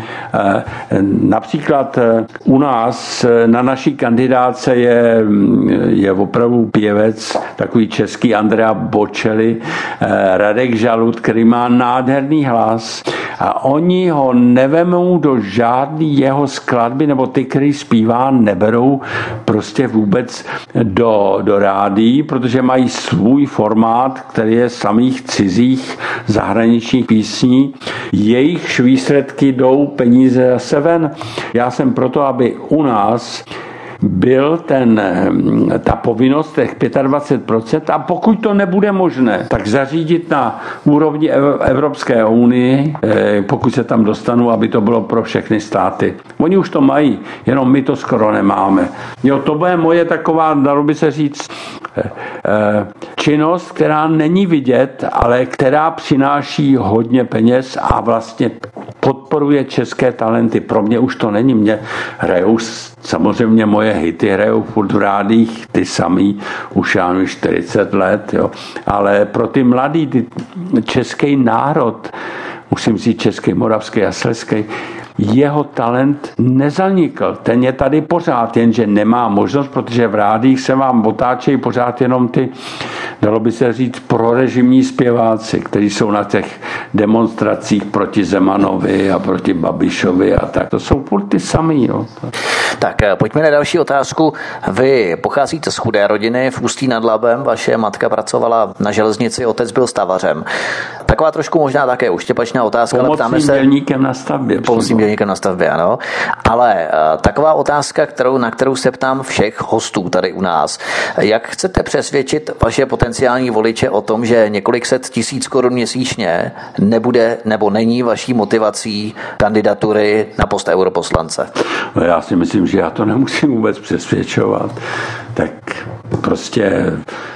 Například u nás na naší kandidáce je, je opravdu pěvec, takový český Andrea Bocelli, Radek Žalud, který má nádherný hlas a oni ho nevemou do žádný jeho skladby, nebo ty, který zpívá, neberou prostě vůbec do, do rádií, protože mají svůj formát, který je samých cizích zahraničních písní. Jejich výsledky jdou peníze zase ven. Já jsem proto, aby u nás byl ten, ta povinnost těch dvacet pět procent a pokud to nebude možné, tak zařídit na úrovni Evropské unie, pokud se tam dostanu, aby to bylo pro všechny státy. Oni už to mají, jenom my to skoro nemáme. Jo, to bude moje taková, dalo by se říct, činnost, která není vidět, ale která přináší hodně peněz a vlastně podporuje české talenty. Pro mě už to není. Mě hrajou samozřejmě moje hity, hrajou furt v rádích ty samý, už já nevím, čtyřicet let, jo. Ale pro ty mladý, ty český národ, musím říct český, moravský a slezský, jeho talent nezanikl. Ten je tady pořád, jenže nemá možnost, protože v rádích se vám otáčejí pořád jenom ty, dalo by se říct, prorežimní zpěváci, kteří jsou na těch demonstracích proti Zemanovi a proti Babišovi a tak. To jsou furt ty samý. Jo. Tak pojďme na další otázku. Vy pocházíte z chudé rodiny v Ústí nad Labem, vaše matka pracovala na železnici, otec byl stavařem. Taková trošku možná také uštěpačná otázka. Pomocným dělníkem na stavbě. Pomocným dělníkem na stavbě, ano. Ale taková otázka, kterou, na kterou se ptám všech hostů tady u nás. Jak chcete přesvědčit vaše potenciální voliče o tom, že několik set tisíc korun měsíčně nebude nebo není vaší motivací kandidatury na post europoslance? No já si myslím, že já to nemusím vůbec přesvědčovat. Tak prostě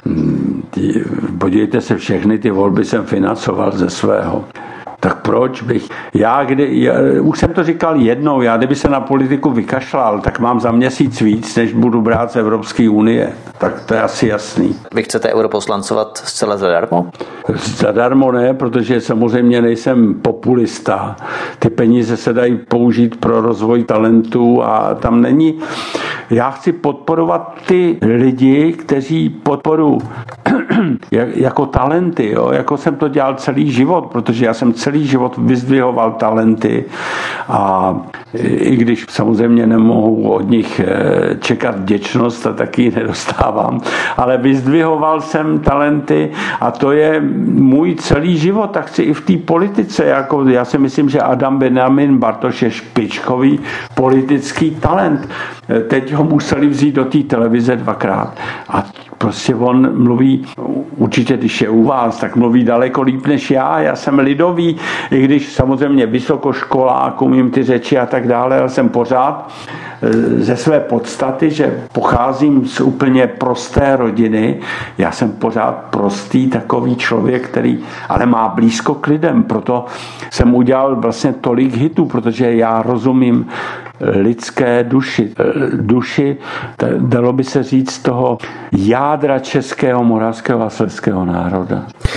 podívejte se, všechny ty volby jsem financoval ze svého. Tak proč bych, já, kdy, já už jsem to říkal jednou, já kdyby se na politiku vykašlal, tak mám za měsíc víc, než budu brát z Evropské unie. Tak to je asi jasný. Vy chcete europoslancovat zcela zadarmo? Zadarmo ne, protože samozřejmě nejsem populista. Ty peníze se dají použít pro rozvoj talentů a tam není. Já chci podporovat ty lidi, kteří podporu jako talenty, jo? Jako jsem to dělal celý život, protože já jsem celý život vyzdvihoval talenty a i když samozřejmě nemohu od nich čekat vděčnost a taky ji nedostávám, ale vyzdvihoval jsem talenty a to je můj celý život a chci i v té politice, jako já si myslím, že Adam Benjamin Bartoš je špičkový politický talent. Teď ho museli vzít do té televize dvakrát a prostě on mluví, určitě když je u vás, tak mluví daleko líp než já. Já jsem lidový, i když samozřejmě vysokoškolák, umím ty řeči a tak dále, ale jsem pořád ze své podstaty, že pocházím z úplně prosté rodiny. Já jsem pořád prostý takový člověk, který ale má blízko k lidem. Proto jsem udělal vlastně tolik hitů, protože já rozumím lidské duši. Duši, dalo by se říct, toho jádra českého, moravského a slezského národa.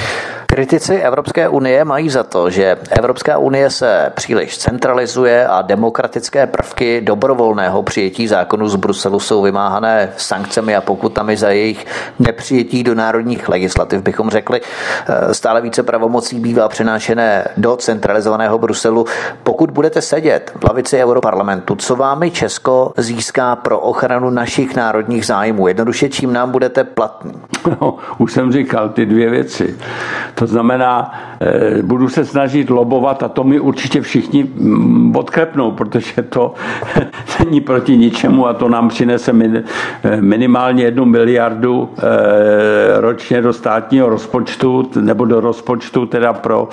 Kritici Evropské unie mají za to, že Evropská unie se příliš centralizuje a demokratické prvky dobrovolného přijetí zákonů z Bruselu jsou vymáhané sankcemi a pokutami za jejich nepřijetí do národních legislativ, bychom řekli. Stále více pravomocí bývá přenášené do centralizovaného Bruselu. Pokud budete sedět v lavici Europarlamentu, co vámi Česko získá pro ochranu našich národních zájmů? Jednoduše, čím nám budete platný? No, už jsem říkal ty dvě věci. To znamená, eh, budu se snažit lobovat a to mi určitě všichni odklepnou, protože to není proti ničemu a to nám přinese min, minimálně jednu miliardu eh, ročně do státního rozpočtu nebo do rozpočtu teda pro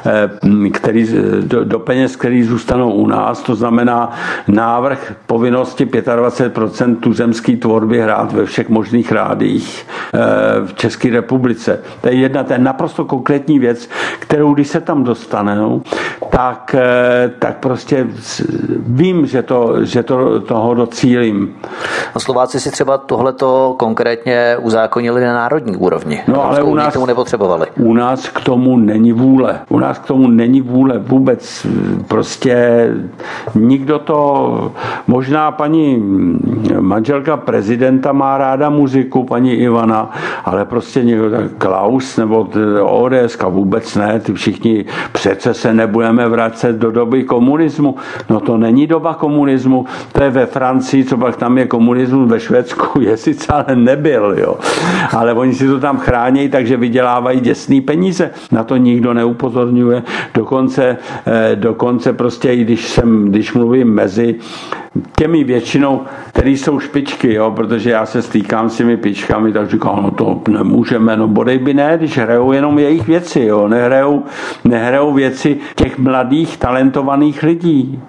eh, který, do, do peněz, který zůstanou u nás. To znamená návrh povinnosti dvacet pět procent tuzemské tvorby hrát ve všech možných rádích eh, v České republice. To je jedna, to je naprosto konkrétní věc, kterou když se tam dostanou, tak, tak prostě vím, že, to, že to, toho docílím. A Slováci si třeba tohleto konkrétně uzákonili na národní úrovni. No, ale u nás, k tomu nepotřebovali. U nás k tomu není vůle. U nás k tomu není vůle vůbec. Prostě nikdo to, možná paní manželka prezidenta má ráda muziku, paní Ivana, ale prostě někdo, Klaus nebo O D S vůbec ne, ty všichni přece se nebudeme vracet do doby komunismu. No to není doba komunismu, to je ve Francii, co pak tam je komunismus, ve Švédsku je sice, ale nebyl, jo. Ale oni si to tam chrání, takže vydělávají děsný peníze. Na to nikdo neupozorňuje. Dokonce, dokonce prostě, i když jsem, když mluvím mezi těmi většinou, který jsou špičky, jo, protože já se stýkám s těmi pičkami, tak říkám, no to nemůžeme, no bodej by ne, když hrajou jenom jejich věci, jo, nehrajou, nehrajou věci těch mladých, talentovaných lidí.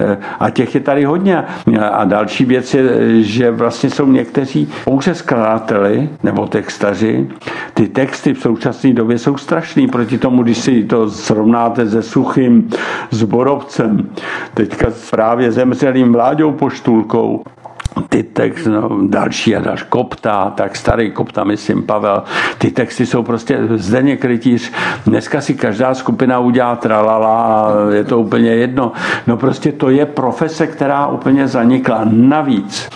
A těch je tady hodně. A další věc je, že vlastně jsou někteří pouze skladateli nebo textaři. Ty texty v současné době jsou strašný proti tomu, když si to srovnáte se Suchým, s Borovcem, teďka právě zemřelým Vláďou Poštulkou. Ty texty, no, další a další, Kopta, tak starý Kopta, myslím, Pavel, ty texty jsou prostě Zdeněk Rytíř, dneska si každá skupina udělá tralala a je to úplně jedno. No prostě to je profese, která úplně zanikla. Navíc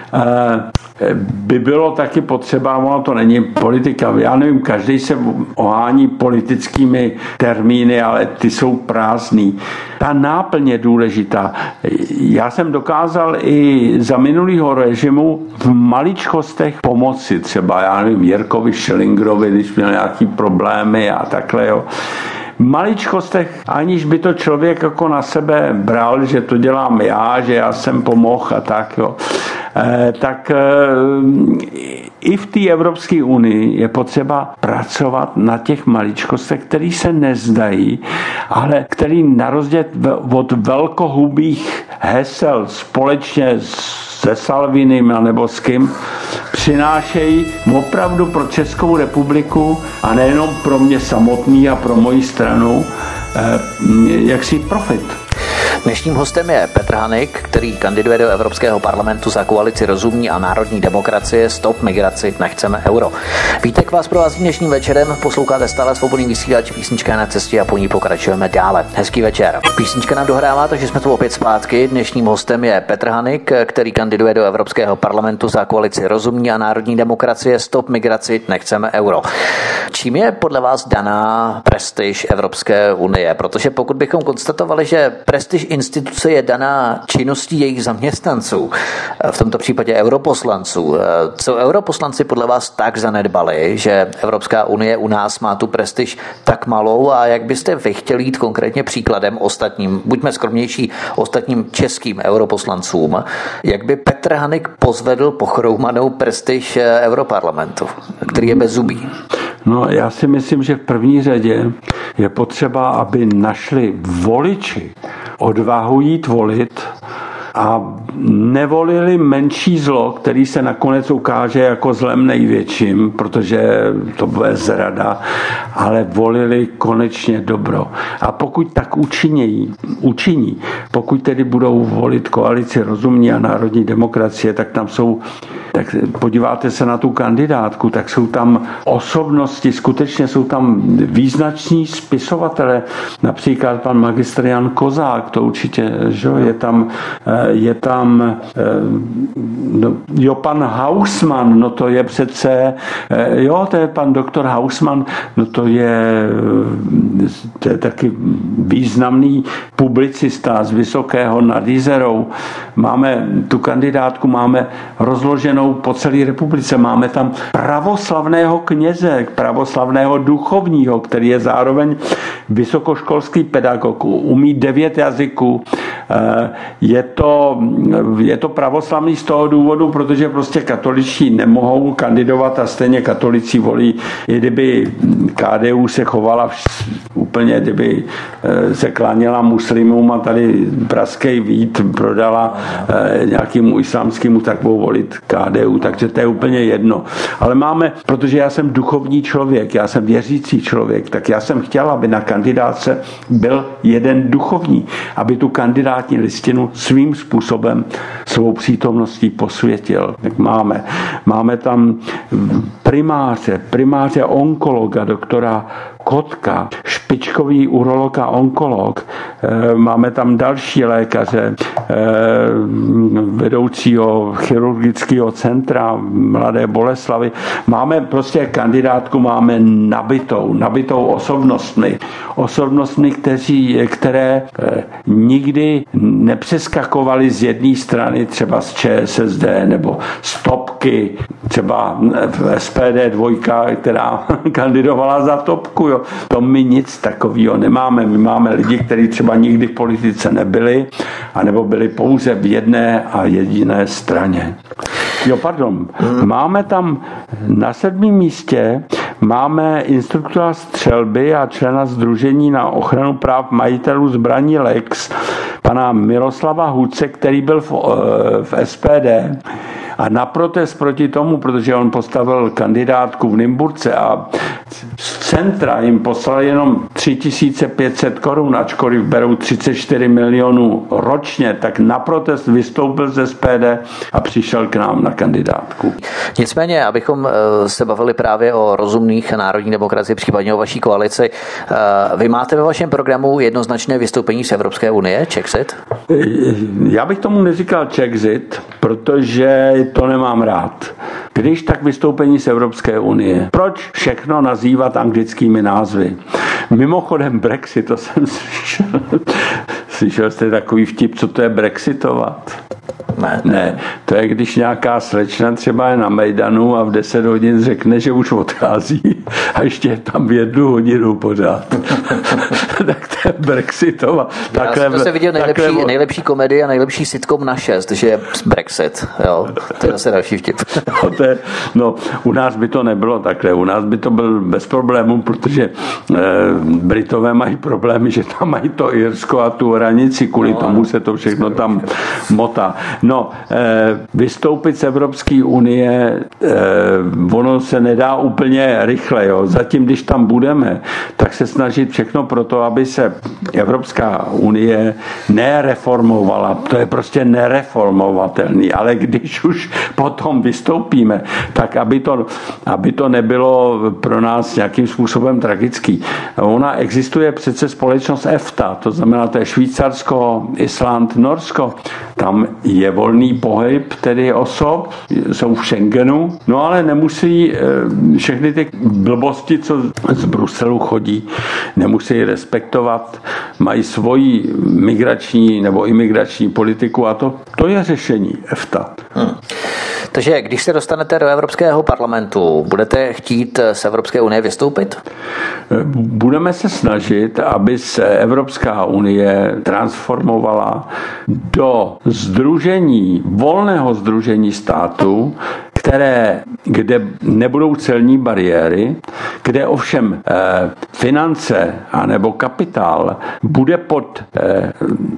by bylo taky potřeba, ono to není politika, já nevím, každý se ohání politickými termíny, ale ty jsou prázdný. Ta náplň je důležitá. Já jsem dokázal i za minulýho režimu v maličkostech pomoci, třeba, já nevím, Jirkovi Schillingerovi, když měl nějaký problémy a takhle, jo. Maličkostech, aniž by to člověk jako na sebe bral, že to dělám já, že já jsem pomohl a tak, jo. Eh, tak eh, i v té Evropské unii je potřeba pracovat na těch maličkostech, které se nezdají, ale který na rozdíl od velkohubých hesel společně se Salvinem nebo s kým přinášejí opravdu pro Českou republiku a nejenom pro mě samotný a pro moji stranu eh, jaksi profit. Dnešním hostem je Petr Hanik, který kandiduje do Evropského parlamentu za koalici Rozumní a národní demokracie Stop migraci, nechceme euro. Vítek vás provází dnešním večerem, posloucháte stále Svobodný vysílač, písnička na cestě a po ní pokračujeme dále. Hezký večer. Písnička nám dohrává, takže jsme tu opět zpátky. Dnešním hostem je Petr Hanik, který kandiduje do Evropského parlamentu za koalici Rozumní a národní demokracie Stop migraci, nechceme euro. Čím je podle vás daná prestiž Evropské unie? Protože pokud bychom konstatovali, že prestiž instituce je daná činností jejich zaměstnanců, v tomto případě europoslanců. Co europoslanci podle vás tak zanedbali, že Evropská unie u nás má tu prestiž tak malou a jak byste vy chtěli jít konkrétně příkladem ostatním, buďme skromnější, ostatním českým europoslancům, jak by Petr Hanik pozvedl pochroumanou prestiž europarlamentu, který je bezzubý? No, já si myslím, že v první řadě je potřeba, aby našli voliči odvahu jít volit a nevolili menší zlo, který se nakonec ukáže jako zlem největším, protože to bude zrada, ale volili konečně dobro. A pokud tak učinějí, učiní, pokud tedy budou volit koalici Rozumní a národní demokracie, tak tam jsou, tak podíváte se na tu kandidátku, tak jsou tam osobnosti, skutečně jsou tam význační spisovatelé, například pan magistr Jan Kozák, to určitě, že je tam, je tam no, jo, pan Hausmann, no to je přece, jo, to je pan doktor Hausmann, no to je, to je taky významný publicista z Vysokého nad Jizerou. Máme tu kandidátku, máme rozloženou po celé republice, máme tam pravoslavného kněze, pravoslavného duchovního, který je zároveň vysokoškolský pedagog, umí devět jazyků. Je to, je to pravoslavný z toho důvodu, protože prostě katoličtí nemohou kandidovat a stejně katolici volí, i kdyby K D U se chovala úplně, kdyby se kláněla muslimům a tady pražský Vít prodala nějakému islámskému, tak budou volit K D U, takže to je úplně jedno. Ale máme, protože já jsem duchovní člověk, já jsem věřící člověk, tak já jsem chtěl, aby na kandidátce byl jeden duchovní, aby tu kandidátní listinu svým způsobem svou přítomností posvětil. Tak máme. Máme tam primáře, primáře onkologa, doktora Kotka, špičkový urolog a onkolog. Máme tam další lékaře, vedoucího chirurgického centra Mladé Boleslavi. Máme prostě kandidátku, máme nabitou, nabitou osobnostmi. Osobnostmi, kteří, které nikdy nepřeskakovali z jedné strany, třeba z Č S S D nebo z Topky, třeba v S P D dvojka, která kandidovala za Topku. Jo. To my nic takového nemáme. My máme lidi, kteří třeba nikdy v politice nebyli, anebo byli pouze v jedné a jediné straně. Jo, pardon. Máme tam na sedmém místě máme instruktora střelby a člena Sdružení na ochranu práv majitelů zbraní Lex, pana Miroslava Huce, který byl v, v S P D. A na protest proti tomu, protože on postavil kandidátku v Nymburce a z centra jim poslali jenom tři tisíce pět set korun, ačkoliv berou třicet čtyři milionů ročně, tak na protest vystoupil z S P D a přišel k nám na kandidátku. Nicméně, abychom se bavili právě o Rozumných národní demokracii, případně o vaší koalici, vy máte ve vašem programu jednoznačné vystoupení z Evropské unie, Czexit? Já bych tomu neříkal Czexit, protože to nemám rád. Když tak vystoupení z Evropské unie. Proč všechno nazývat anglickými názvy? Mimochodem Brexit, to jsem slyšel. Slyšel jste takový vtip, co to je brexitovat? Ne, ne, to je, když nějaká slečna třeba je na Mejdanu a v deset hodin řekne, že už odchází a ještě je tam v jednu hodinu pořád. Tak to je brexitova. Takhle, Já jsem se viděl nejlepší, takhle... nejlepší komedie a nejlepší sitcom na šest, že je Brexit. Jo, to je zase další vtip. No, to je, no, u nás by to nebylo takhle. U nás by to byl bez problémů, protože eh, Britové mají problémy, že tam mají to Irsko a tu hranici, kvůli no, tomu se to všechno tam motá. No, eh, vystoupit z Evropské unie, eh, ono se nedá úplně rychle. Jo. Zatím, když tam budeme, tak se snažit všechno pro to, aby se Evropská unie nereformovala. To je prostě nereformovatelný. Ale když už potom vystoupíme, tak aby to, aby to nebylo pro nás nějakým způsobem tragický. Ona existuje přece společnost EFTA, to znamená, to je Švýcarsko, Island, Norsko. Tam je volný pohyb, tedy osob, jsou v Schengenu, no ale nemusí všechny ty blbosti, co z Bruselu chodí, nemusí respektovat, mají svoji migrační nebo imigrační politiku a to, to je řešení EFTA. Hmm. Takže když se dostanete do Evropského parlamentu, budete chtít z Evropské unie vystoupit? Budeme se snažit, aby se Evropská unie transformovala do sdružení, volného sdružení států, které, kde nebudou celní bariéry, kde ovšem eh, finance anebo kapitál bude pod, eh,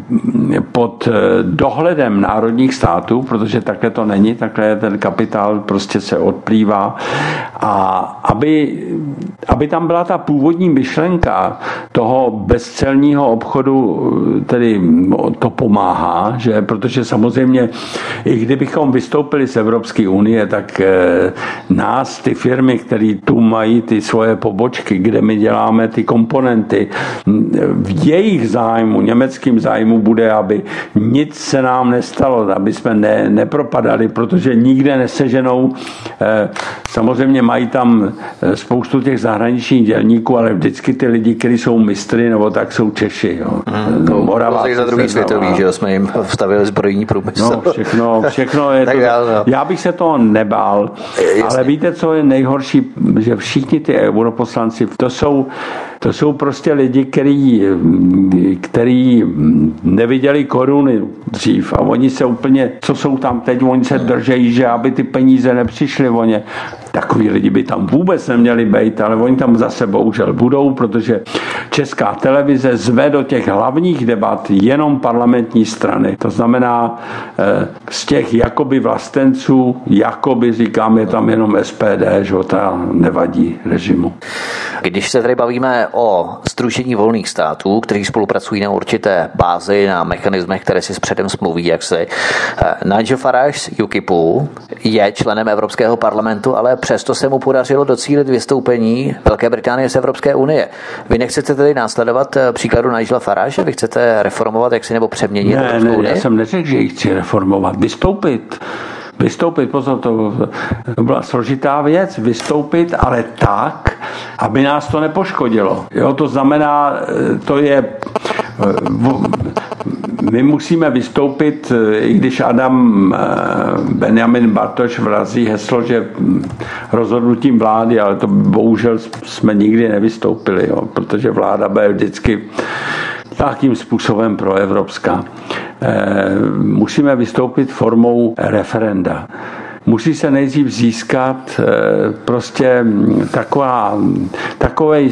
pod dohledem národních států, protože takhle to není, takhle ten kapitál prostě se odplývá. A aby, aby tam byla ta původní myšlenka toho bezcelního obchodu, tedy to pomáhá, že? Protože samozřejmě, i kdybychom vystoupili z Evropské unie, tak nás, ty firmy, které tu mají ty svoje pobočky, kde my děláme ty komponenty, v jejich zájmu, německým zájmu bude, aby nic se nám nestalo, aby jsme ne, nepropadali, protože nikde neseženou. Samozřejmě mají tam spoustu těch zahraničních dělníků, ale vždycky ty lidi, kteří jsou mistry, nebo tak jsou Češi. Jo. Hmm, no, Moraváci za druhý světový, že jsme jim vstavili zbrojní průmysl. No, všechno, všechno je to. Dál, no. Já bych se toho nebál, Jasně. ale víte, co je nejhorší, že všichni ty europoslanci, to jsou To jsou prostě lidi, který, který neviděli koruny dřív a oni se úplně, co jsou tam teď, oni se držejí, že aby ty peníze nepřišly o ně. Takový lidi by tam vůbec neměli být, ale oni tam zase bohužel budou, protože Česká televize zve do těch hlavních debat jenom parlamentní strany. To znamená z těch jakoby vlastenců, jakoby říkám, je tam jenom S P D, že ta nevadí režimu. Když se tady bavíme o sdružení volných států, kteří spolupracují na určité bázi, na mechanismech, které si předem smluví, jak se Nigel Farage z U K I P je členem Evropského parlamentu, ale přesto se mu podařilo docílit vystoupení Velké Británie z Evropské unie. Vy nechcete tedy následovat příkladu Nigela Farage? Vy chcete reformovat jaksi nebo přeměnit ne, Evropskou ne, unii? Já jsem neřekl, že ji chci reformovat. Vystoupit. Vystoupit, pozor, to byla složitá věc, vystoupit, ale tak, aby nás to nepoškodilo. Jo, to znamená, to je, my musíme vystoupit, i když Adam Benjamin Bartoš vrazí heslo, že rozhodnutím vlády, ale to bohužel jsme nikdy nevystoupili, jo, protože vláda bude vždycky nějakým způsobem proevropská. Musíme vystoupit formou referenda. Musí se nejdřív získat prostě taková, takovej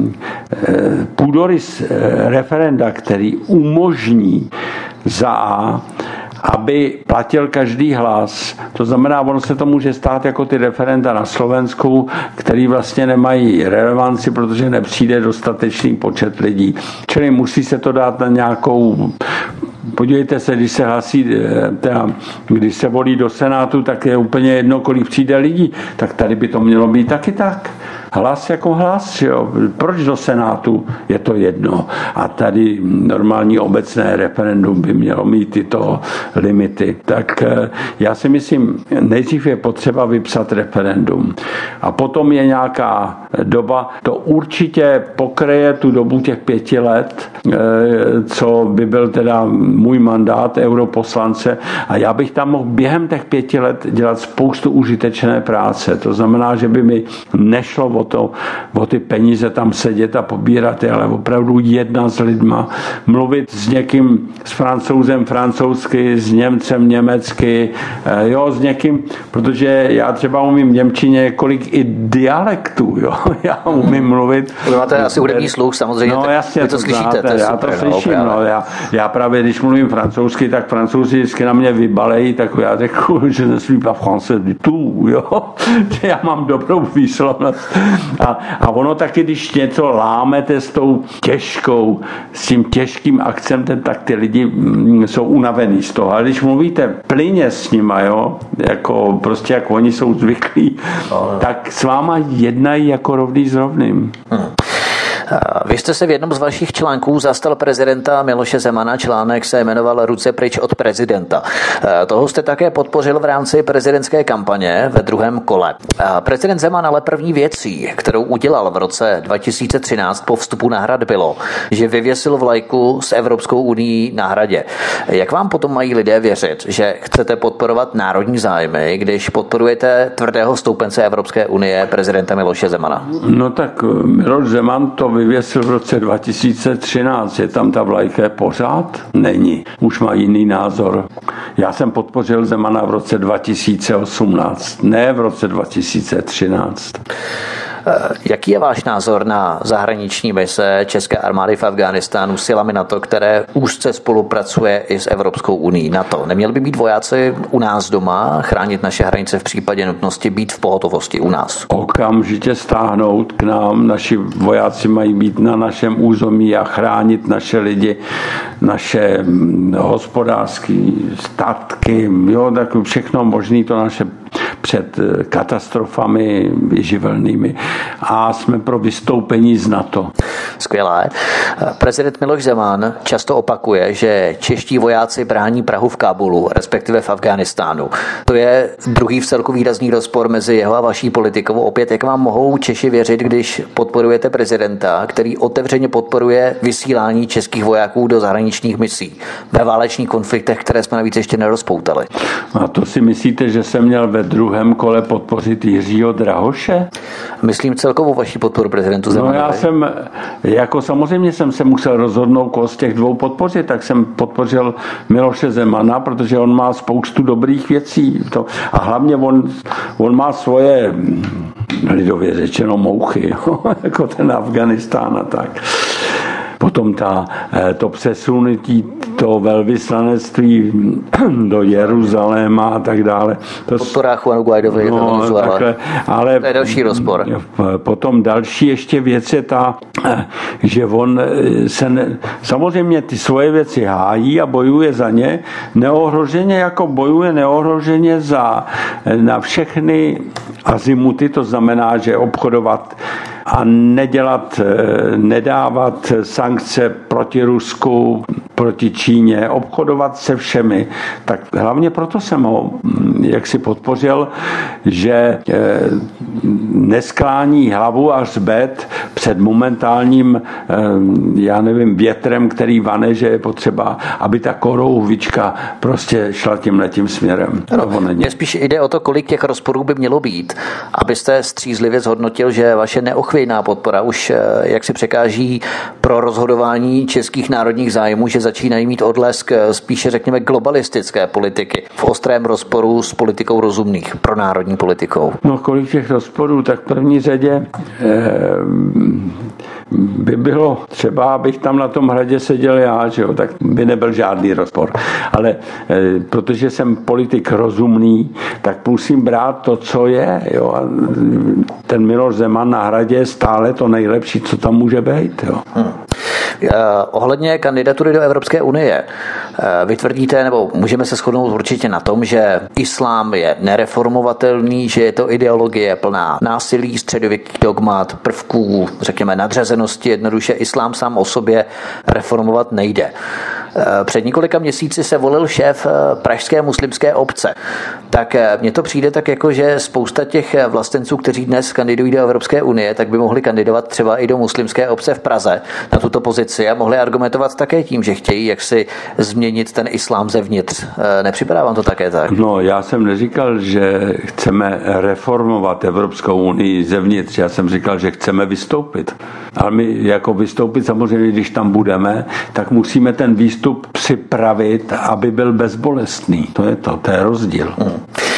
půdorys referenda, který umožní za A, aby platil každý hlas. To znamená, ono se to může stát jako ty referenda na Slovensku, který vlastně nemají relevanci, protože nepřijde dostatečný počet lidí. Čili musí se to dát na nějakou. Podívejte se, když se hlasí, teda, když se volí do Senátu, tak je úplně jedno, kolik přijde lidí. Tak tady by to mělo být taky tak. Hlas jako hlas, jo. Proč do Senátu je to jedno? A tady normální obecné referendum by mělo mít tyto limity. Tak já si myslím, nejdřív je potřeba vypsat referendum. A potom je nějaká doba, to určitě pokryje tu dobu těch pěti let, co by byl teda můj mandát europoslance. A já bych tam mohl během těch pěti let dělat spoustu užitečné práce. To znamená, že by mi nešlo o to, o ty peníze tam sedět a pobírat, ale opravdu jednat s lidma, mluvit s někým, s Francouzem francouzsky, s Němcem německy, jo, s někým, protože já třeba umím v němčině několik i dialektů, jo, já umím mluvit. Vy máte asi hudební sluch, samozřejmě, no, jasně, vy to, to slyšíte. Znáte, já to slyším, no, já, já právě, když mluvím francouzsky, tak Francouzi vždycky na mě vybalejí, tak já řeknu, že nesmí pas français du tout, jo, že já mám dobrou výslovnost. A, a ono taky, když něco lámete s tou těžkou, s tím těžkým akcentem, tak ty lidi jsou unavený z toho. Ale když mluvíte plyně s nima, jo, jako prostě jak oni jsou zvyklí, no, tak s váma jednají jako rovný s rovným. Hmm. Vy jste se v jednom z vašich článků zastal prezidenta Miloše Zemana. Článek se jmenoval Ruce pryč od prezidenta. Toho jste také podpořil v rámci prezidentské kampaně ve druhém kole. Prezident Zeman ale první věcí, kterou udělal v roce dva tisíce třináct po vstupu na hrad, bylo, že vyvěsil vlajku s Evropskou unií na hradě. Jak vám potom mají lidé věřit, že chcete podporovat národní zájmy, když podporujete tvrdého stoupence Evropské unie prezidenta Miloše Zemana? No tak Miloš Zeman to vyvěsil v roce dva tisíce třináct. Je tam ta vlajka pořád? Není. Už má jiný názor. Já jsem podpořil Zemana v roce dva tisíce osmnáct, ne v roce dva tisíce třináct. Jaký je váš názor na zahraniční mise české armády v Afghánistánu silami NATO, které úzce spolupracuje i s Evropskou unií NATO? Neměli by být vojáci u nás doma, chránit naše hranice v případě nutnosti, být v pohotovosti u nás? Okamžitě stáhnout k nám. Naši vojáci mají být na našem území a chránit naše lidi, naše hospodářské statky, jo, tak všechno možné to naše před katastrofami živelnými. A jsme pro vystoupení z NATO. Skvělé. Prezident Miloš Zeman často opakuje, že čeští vojáci brání Prahu v Kábulu, respektive v Afghánistánu. To je druhý vcelku výrazný rozpor mezi jeho a vaší politikou. Opět, jak vám mohou Češi věřit, když podporujete prezidenta, který otevřeně podporuje vysílání českých vojáků do zahraničních misí ve válečných konfliktech, které jsme navíc ještě nerozpoutali? A to si myslíte, že jsem měl ve druhém kole podpořit Jiřího Drahoše? Myslím celkovou vaší podporu prezidentu Zemanovi. No já jsem, jako samozřejmě jsem se musel rozhodnout, koho z těch dvou podpořit, tak jsem podpořil Miloše Zemana, protože on má spoustu dobrých věcí. To, a hlavně on, on má svoje, lidově řečeno, mouchy, jako ten Afganistán a tak. Potom ta, to přesunutí toho velvyslanectví do Jeruzaléma a tak dále. To podpora Juanu Guaidovi no, do Venezuela. Ale to je další rozpor. Potom další ještě věc je ta, že on se ne, samozřejmě ty svoje věci hájí a bojuje za ně neohroženě, jako bojuje neohroženě za, na všechny azimuty, to znamená, že obchodovat a nedělat, nedávat sankce proti Rusku, proti Číně, obchodovat se všemi. Tak hlavně proto jsem ho jaksi podpořil, že nesklání hlavu a hřbet před momentálním, já nevím, větrem, který vane, že je potřeba, aby ta korouhvička prostě šla tímhletím směrem. Mně spíš jde o to, kolik těch rozporů by mělo být, abyste střízlivě zhodnotil, že vaše neochvějná podpora už jak si překáží pro rozhodování českých národních zájmů, že začínají mít odlesk spíše, řekněme, globalistické politiky v ostrém rozporu s politikou rozumných, pro národní politikou. No kolik těch rozporů, tak v první řadě eh, by bylo třeba, abych tam na tom hradě seděl já, že jo, tak by nebyl žádný rozpor. Ale eh, protože jsem politik rozumný, tak musím brát to, co je. Jo. A ten Miloš Zeman na hradě je stále to nejlepší, co tam může být. Jo. Hmm. Uh, ohledně kandidatury do Evropské unie, uh, vy tvrdíte, nebo můžeme se shodnout určitě na tom, že islám je nereformovatelný, že je to ideologie plná násilí, středověkých dogmat, prvků, řekněme, nadřazenosti, jednoduše islám sám o sobě reformovat nejde. Před několika měsíci se volil šéf pražské muslimské obce. Tak mně to přijde tak jako, že spousta těch vlastenců, kteří dnes kandidují do Evropské unie, tak by mohli kandidovat třeba i do muslimské obce v Praze na tuto pozici a mohli argumentovat také tím, že chtějí jaksi změnit ten islám zevnitř. Nepřipadá vám to také tak? No, já jsem neříkal, že chceme reformovat Evropskou unii zevnitř. Já jsem říkal, že chceme vystoupit. Ale my jako vystoupit samozřejmě, když tam budeme, tak musíme ten výstup připravit, aby byl bezbolestný. To je to, to je rozdíl. Hmm.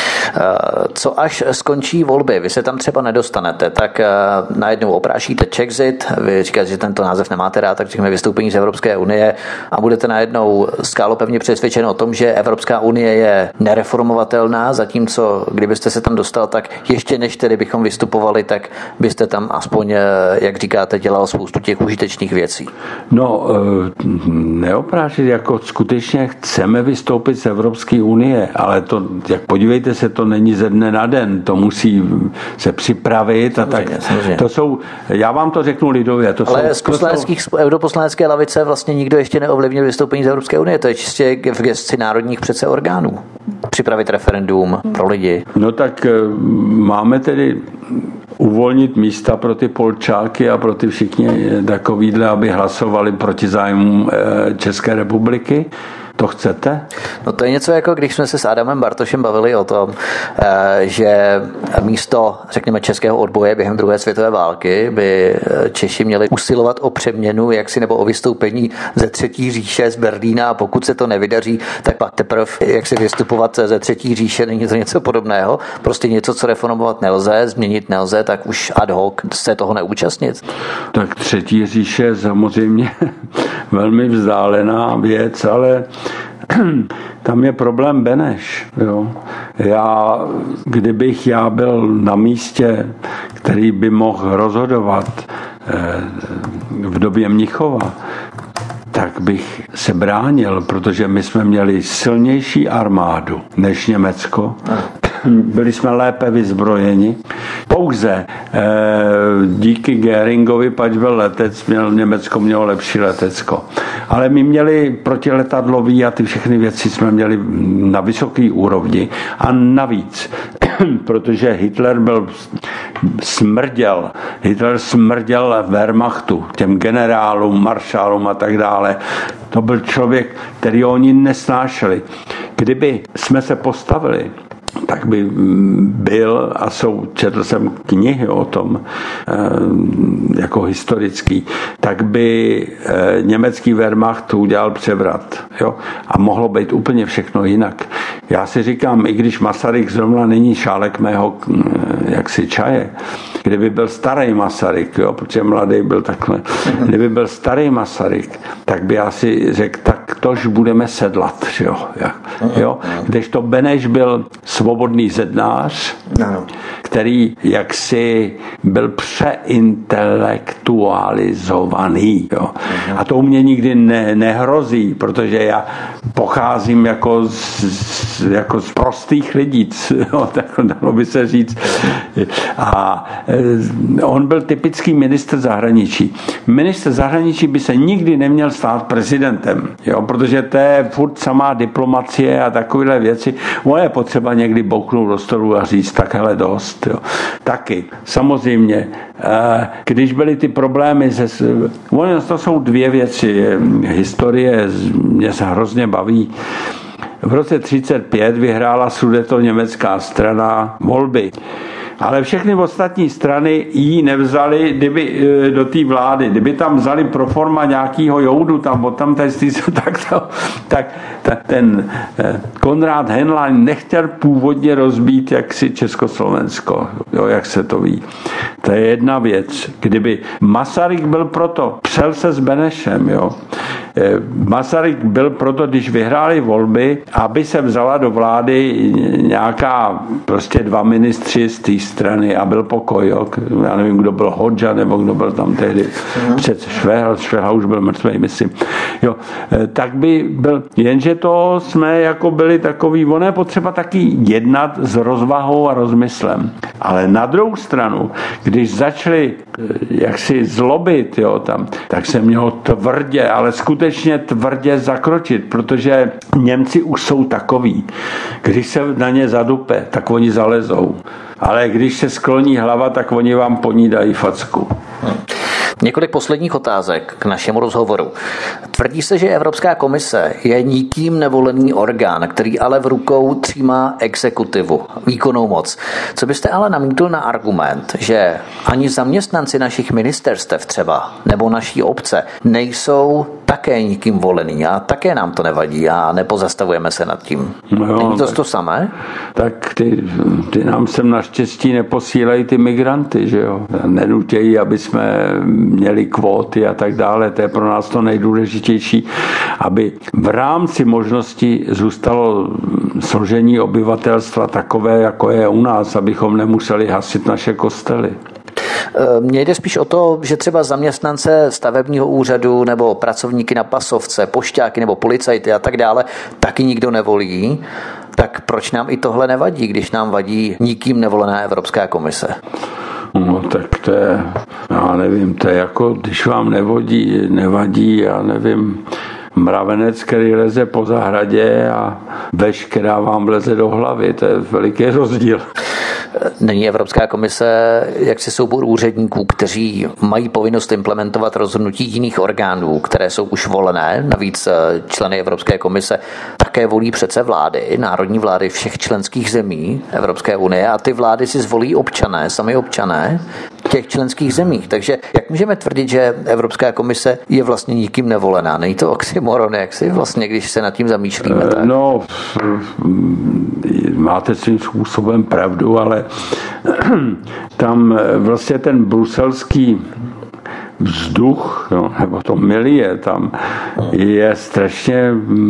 Co až skončí volby, vy se tam třeba nedostanete, tak najednou oprášíte Czexit, vy říkáte, že tento název nemáte rád, tak řekněme vystoupení z Evropské unie a budete najednou skálopevně přesvědčen o tom, že Evropská unie je nereformovatelná, zatímco kdybyste se tam dostal, tak ještě než tedy bychom vystupovali, tak byste tam aspoň, jak říkáte, dělal spoustu těch užitečných věcí. No, neoprášit, jako skutečně chceme vystoupit z Evropské unie, ale to, jak podívejte se, to není ze dne na den, to musí se připravit a samozřejmě, tak. Samozřejmě. To jsou, já vám to řeknu lidově. To ale jsou, z poslaneckých, jsou... europoslanecké lavice vlastně nikdo ještě neovlivnil vystoupení z Evropské unie, to je čistě v gesci národních přece orgánů. Připravit referendum pro lidi. No tak máme tedy uvolnit místa pro ty Polčáky a pro ty všichni takovýhle, aby hlasovali proti zájmům České republiky. To chcete? No to je něco jako, když jsme se s Adamem Bartošem bavili o tom, že místo, řekněme, českého odboje během druhé světové války by Češi měli usilovat o přeměnu jaksi nebo o vystoupení ze třetí říše z Berlína a pokud se to nevydaří, tak pak teprve jak si vystupovat ze třetí říše, není to něco podobného. Prostě něco, co reformovat nelze, změnit nelze, tak už ad hoc se toho neúčastnit. Tak třetí říše je samozřejmě velmi vzdálená věc, ale tam je problém Beneš. Jo. Já, kdybych já byl na místě, který by mohl rozhodovat v době Mnichova, tak bych se bránil, protože my jsme měli silnější armádu než Německo. Byli jsme lépe vyzbrojeni. Pouze eh, díky Göringovi, pač byl letec, měl, Německo mělo lepší letecko. Ale my měli protiletadlový a ty všechny věci jsme měli na vysoké úrovni. A navíc, protože Hitler byl smrděl, Hitler smrděl Wehrmachtu, těm generálům, maršálům a tak dále. To byl člověk, který oni nesnášeli. Kdyby jsme se postavili, tak by byl, a jsou, četl jsem knihy o tom, jako historický, tak by německý Wehrmacht udělal převrat. Jo? A mohlo být úplně všechno jinak. Já si říkám, i když Masaryk zrovna není šálek mého jaksi čaje, kdyby byl starý Masaryk, jo, protože mladý byl takhle, kdyby byl starý Masaryk, tak by já si řekl, tak tož budeme sedlat. Jo? Jo? Kdežto Beneš byl svobodný zednář, který jaksi byl přeintelektualizovaný. Jo? A to u mě nikdy ne, nehrozí, protože já pocházím jako z, jako z prostých lidí, jo? Tak dalo by se říct. A on byl typický ministr zahraničí. Ministr zahraničí by se nikdy neměl stát prezidentem, jo? Protože to je furt samá diplomacie a takovéhle věci. Ono je potřeba někdy bouknout do stolu a říct, tak hele dost. Jo. Taky, samozřejmě, když byly ty problémy, se, ono to jsou dvě věci. Historie mě se hrozně baví. V roce třicet pět vyhrála sudetoněmecká strana volby. Ale všechny ostatní strany jí nevzali kdyby, do té vlády. Kdyby tam vzali pro forma nějakého joudu, tam, od tam testy, tak, to, tak, tak ten Konrád Henlein nechtěl původně rozbít jaksi Československo, jo, jak se to ví. To je jedna věc. Kdyby Masaryk byl proto, přel se s Benešem, jo. Masaryk byl proto, když vyhráli volby, aby se vzala do vlády nějaká prostě dva ministři z té strany a byl pokoj. Jo. Já nevím, kdo byl Hodža, nebo kdo byl tam tehdy před Švehla, Švehla už byl mrtvý, myslím. Jo. Tak by byl, jenže to jsme jako byli takový, ono je potřeba taky jednat s rozvahou a rozmyslem. Ale na druhou stranu, když začali jaksi zlobit, jo, tam, tak se mělo tvrdě, ale skutečně tvrdě zakročit, protože Němci už jsou takový. Když se na ně zadupe, tak oni zalezou. Ale když se skloní hlava, tak oni vám po ní dají facku. Hmm. Několik posledních otázek k našemu rozhovoru. Tvrdí se, že Evropská komise je nikým nevolený orgán, který ale v rukou třímá exekutivu, výkonnou moc. Co byste ale namítl na argument, že ani zaměstnanci našich ministerstev třeba, nebo naší obce, nejsou také nikým volený a také nám to nevadí a nepozastavujeme se nad tím. No jo, není to tak, to samé? Tak ty, ty nám sem naštěstí neposílají ty migranty, že jo. Nenutějí, aby jsme měli kvóty a tak dále. To je pro nás to nejdůležitější, aby v rámci možnosti zůstalo složení obyvatelstva takové, jako je u nás, abychom nemuseli hasit naše kostely. Mně jde spíš o to, že třeba zaměstnance stavebního úřadu nebo pracovníky na pasovce, pošťáky nebo policajty a tak dále taky nikdo nevolí. Tak proč nám i tohle nevadí, když nám vadí nikým nevolená Evropská komise? No tak to je, já nevím, to je jako, když vám nevodí, nevadí, já nevím, mravenec, který leze po zahradě a veš, která vám vleze do hlavy, to je veliký rozdíl. Není Evropská komise jaksi soubor úředníků, kteří mají povinnost implementovat rozhodnutí jiných orgánů, které jsou už volené. Navíc členy Evropské komise také volí přece vlády, národní vlády všech členských zemí Evropské unie a ty vlády si zvolí občané, sami občané těch členských zemích. Takže jak můžeme tvrdit, že Evropská komise je vlastně nikým nevolená? Není to oxymoron, jak si vlastně, když se nad tím zamýšlíme? Tak? No, máte svým způsobem pravdu, ale tam vlastně ten bruselský vzduch, no, nebo to milie tam je strašně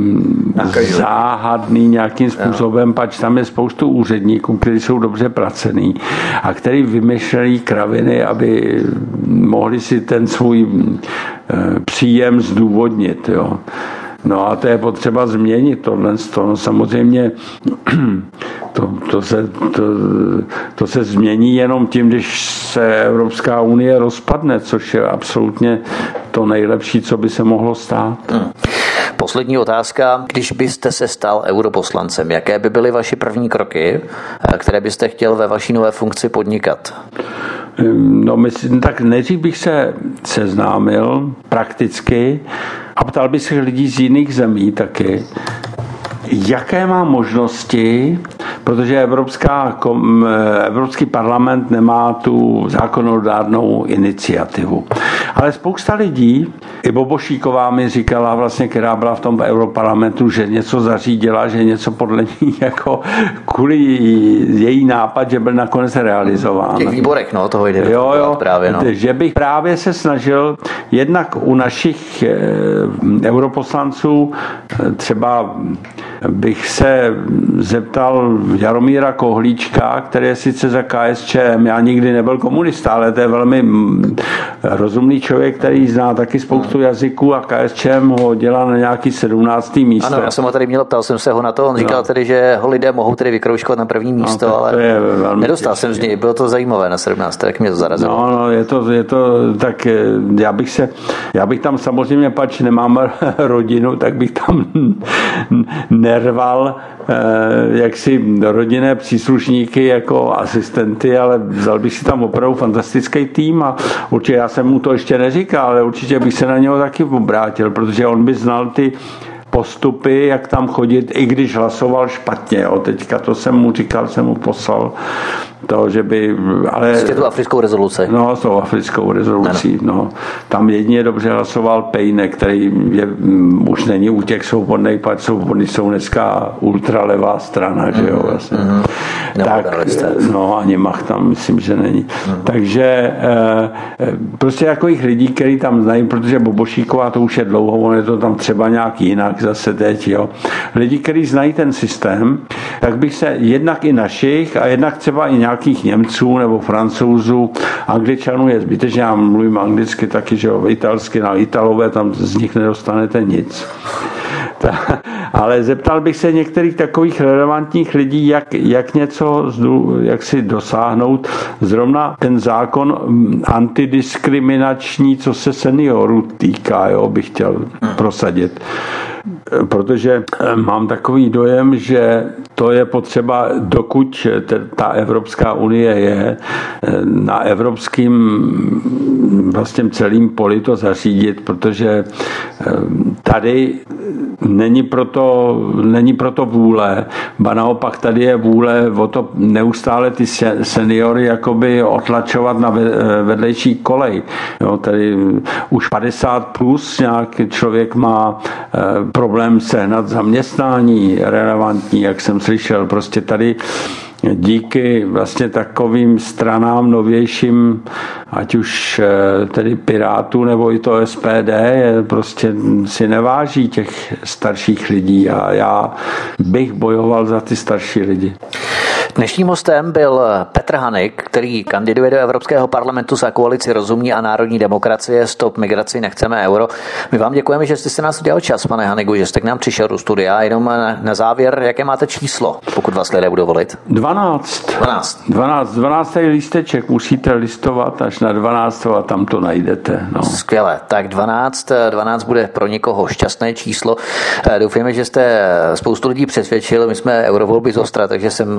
záhadný nějakým způsobem, pač tam je spoustu úředníků, kteří jsou dobře placený a kteří vymýšlejí kraviny, aby mohli si ten svůj příjem zdůvodnit, jo. No a to je potřeba změnit tohle. No samozřejmě to, to, se, to, to se změní jenom tím, když se Evropská unie rozpadne, což je absolutně to nejlepší, co by se mohlo stát. Hmm. Poslední otázka. Když byste se stal europoslancem, jaké by byly vaše první kroky, které byste chtěl ve vaší nové funkci podnikat? No, myslím, tak nejdřív bych se seznámil prakticky a ptal bych se lidí z jiných zemí taky, jaké má možnosti, protože Evropská, Evropský parlament nemá tu zákonodárnou iniciativu. Ale spousta lidí, i Bobošíková mi říkala vlastně, která byla v tom Europarlamentu, že něco zařídila, že něco podle ní jako kvůli její nápad, že byl nakonec realizován. V těch výborech, no, toho jde. Jo, jo, právě, no. Že bych právě se snažil jednak u našich eh, europoslanců třeba bych se zeptal Jaromíra Kohlíčka, který je sice za K S Č M, já nikdy nebyl komunista, ale to je velmi rozumný člověk, který zná taky spoustu jazyků a K S Č M ho dělá na nějaký sedmnáctý místo. Ano, já jsem ho tady měl, ptal jsem se ho na to, on říkal no. tedy, že ho lidé mohou tedy vykroužkovat na první místo, no, ale nedostal těžké. Jsem z něj, bylo to zajímavé na sedmnácté, tak mě to zarazilo. No, no, je to, je to, tak já bych se, já bych tam samozřejmě, pač nemám rodinu, tak bych tam nerval jaksi rodinné příslušníky jako asistenty, ale vzal bych si tam opravdu fantastický tým a určitě, já jsem mu to ještě neříkal, ale určitě bych se na něho taky obrátil, protože on by znal ty postupy, jak tam chodit, i když hlasoval špatně. Jo. Teďka to jsem mu říkal, jsem mu poslal to, že by... Ale, Jste tu africkou rezoluci. No, s tou africkou rezolucí. No. Tam jedině dobře hlasoval Pejne, který je, už není u těch svobodných, pač svobodní jsou dneska ultralevá strana, že jo, vlastně. Mm-hmm. Tak, no, ani Mach tam myslím, že není. Mm-hmm. Takže e, prostě jako jich lidí, který tam znají, protože Bobošíková to už je dlouho, on je to tam třeba nějak jinak zase teď, jo. Lidi, kteří znají ten systém, tak bych se jednak i našich a jednak třeba i nějakých Němců nebo Francouzů, Angličanů je zbytečně, já mluvím anglicky taky, že jo, italsky, na Italové, tam z nich nedostanete nic. Ta, ale zeptal bych se některých takových relevantních lidí, jak, jak něco, jak si dosáhnout. Zrovna ten zákon antidiskriminační, co se seniorů týká, jo, bych chtěl prosadit. Protože mám takový dojem, že to je potřeba, dokud ta Evropská unie je, na evropským vlastně celým poli to zařídit, protože tady není proto, není proto vůle, ba naopak tady je vůle o to neustále ty seniory jakoby otlačovat na vedlejší kolej. Jo, tady už padesát plus nějaký člověk má problém sehnat zaměstnání relevantní, jak jsem slyšel. Prostě tady díky vlastně takovým stranám novějším, ať už tedy Pirátů nebo i to S P D, je prostě si neváží těch starších lidí a já bych bojoval za ty starší lidi. Dnešním hostem byl Petr Hanik, který kandiduje do Evropského parlamentu za koalici Rozumní a národní demokracie. Stop migraci, nechceme euro. My vám děkujeme, že jste se nás udělal čas, pane Haniku, že jste k nám přišel do studia. Jenom na, na závěr, jaké máte číslo, pokud vás lidé budou volit? dvanáct. dvanáct. dvanáct. dvanáct lísteček, musíte listovat až na dvanáct a tam to najdete. No. Skvěle. Tak dvanáct. dvanáct bude pro někoho šťastné číslo. Doufujeme, že jste spoustu lidí přesvědčil. My jsme eurovolby z Ostra, takže jsem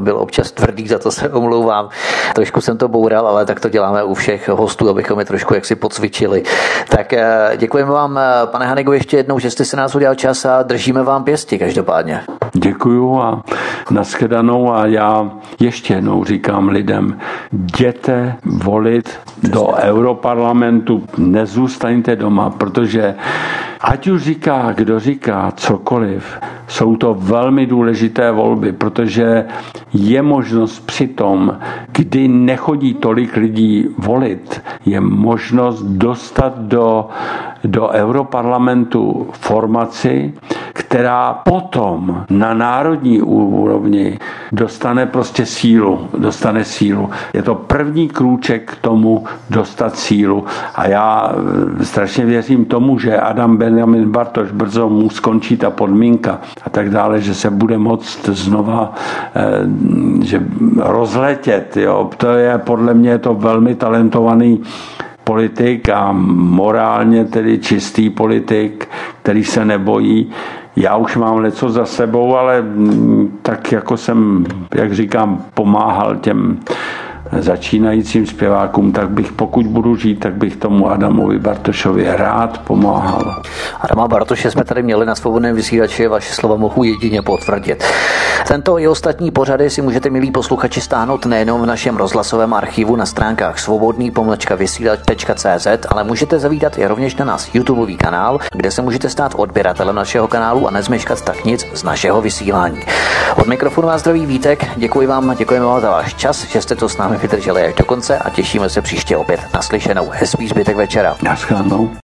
byl občas tvrdý, za to se omlouvám. Trošku jsem to boural, ale tak to děláme u všech hostů, abychom je trošku jaksi pocvičili. Tak děkujeme vám, pane Hanigu, ještě jednou, že jste si nás udělal čas a držíme vám pěsti každopádně. Děkuju a nashledanou a já ještě jednou říkám lidem, jděte volit do Europarlamentu, nezůstaňte doma, protože ať už říká, kdo říká cokoliv, jsou to velmi důležité volby, protože je možnost při tom, kdy nechodí tolik lidí volit, je možnost dostat do, do Europarlamentu formaci, která potom na národní úrovni dostane prostě sílu, dostane sílu. Je to první krůček k tomu dostat sílu a já strašně věřím tomu, že Adam Benjamin Bartoš brzo mu skončí ta podmínka a tak dále, že se bude moct znova že rozletět. Jo. To je podle mě to velmi talentovaný politik a morálně tedy čistý politik, který se nebojí. Já už mám leco za sebou, ale tak jako jsem, jak říkám, pomáhal těm začínajícím zpěvákům, tak bych, pokud budu žít, tak bych tomu Adamovi Bartošovi rád pomáhal. Adama Bartoše jsme tady měli na Svobodném vysílači, vaše slova mohu jedině potvrdit. Tento i ostatní pořady si můžete, milí posluchači, stáhnout nejenom v našem rozhlasovém archivu na stránkách svobodný pomlčka vysílač tečka cé zet, ale můžete zavítat i rovněž na nás YouTubeový kanál, kde se můžete stát odběratelem našeho kanálu a nezmeškat tak nic z našeho vysílání. Od mikrofonu vás zdraví Vítek, děkuji vám, děkujeme vám za váš čas, že jste to s námi vydrželi až do konce a těšíme se příště opět naslyšenou. Hezký zbytek večera. Naschledanou.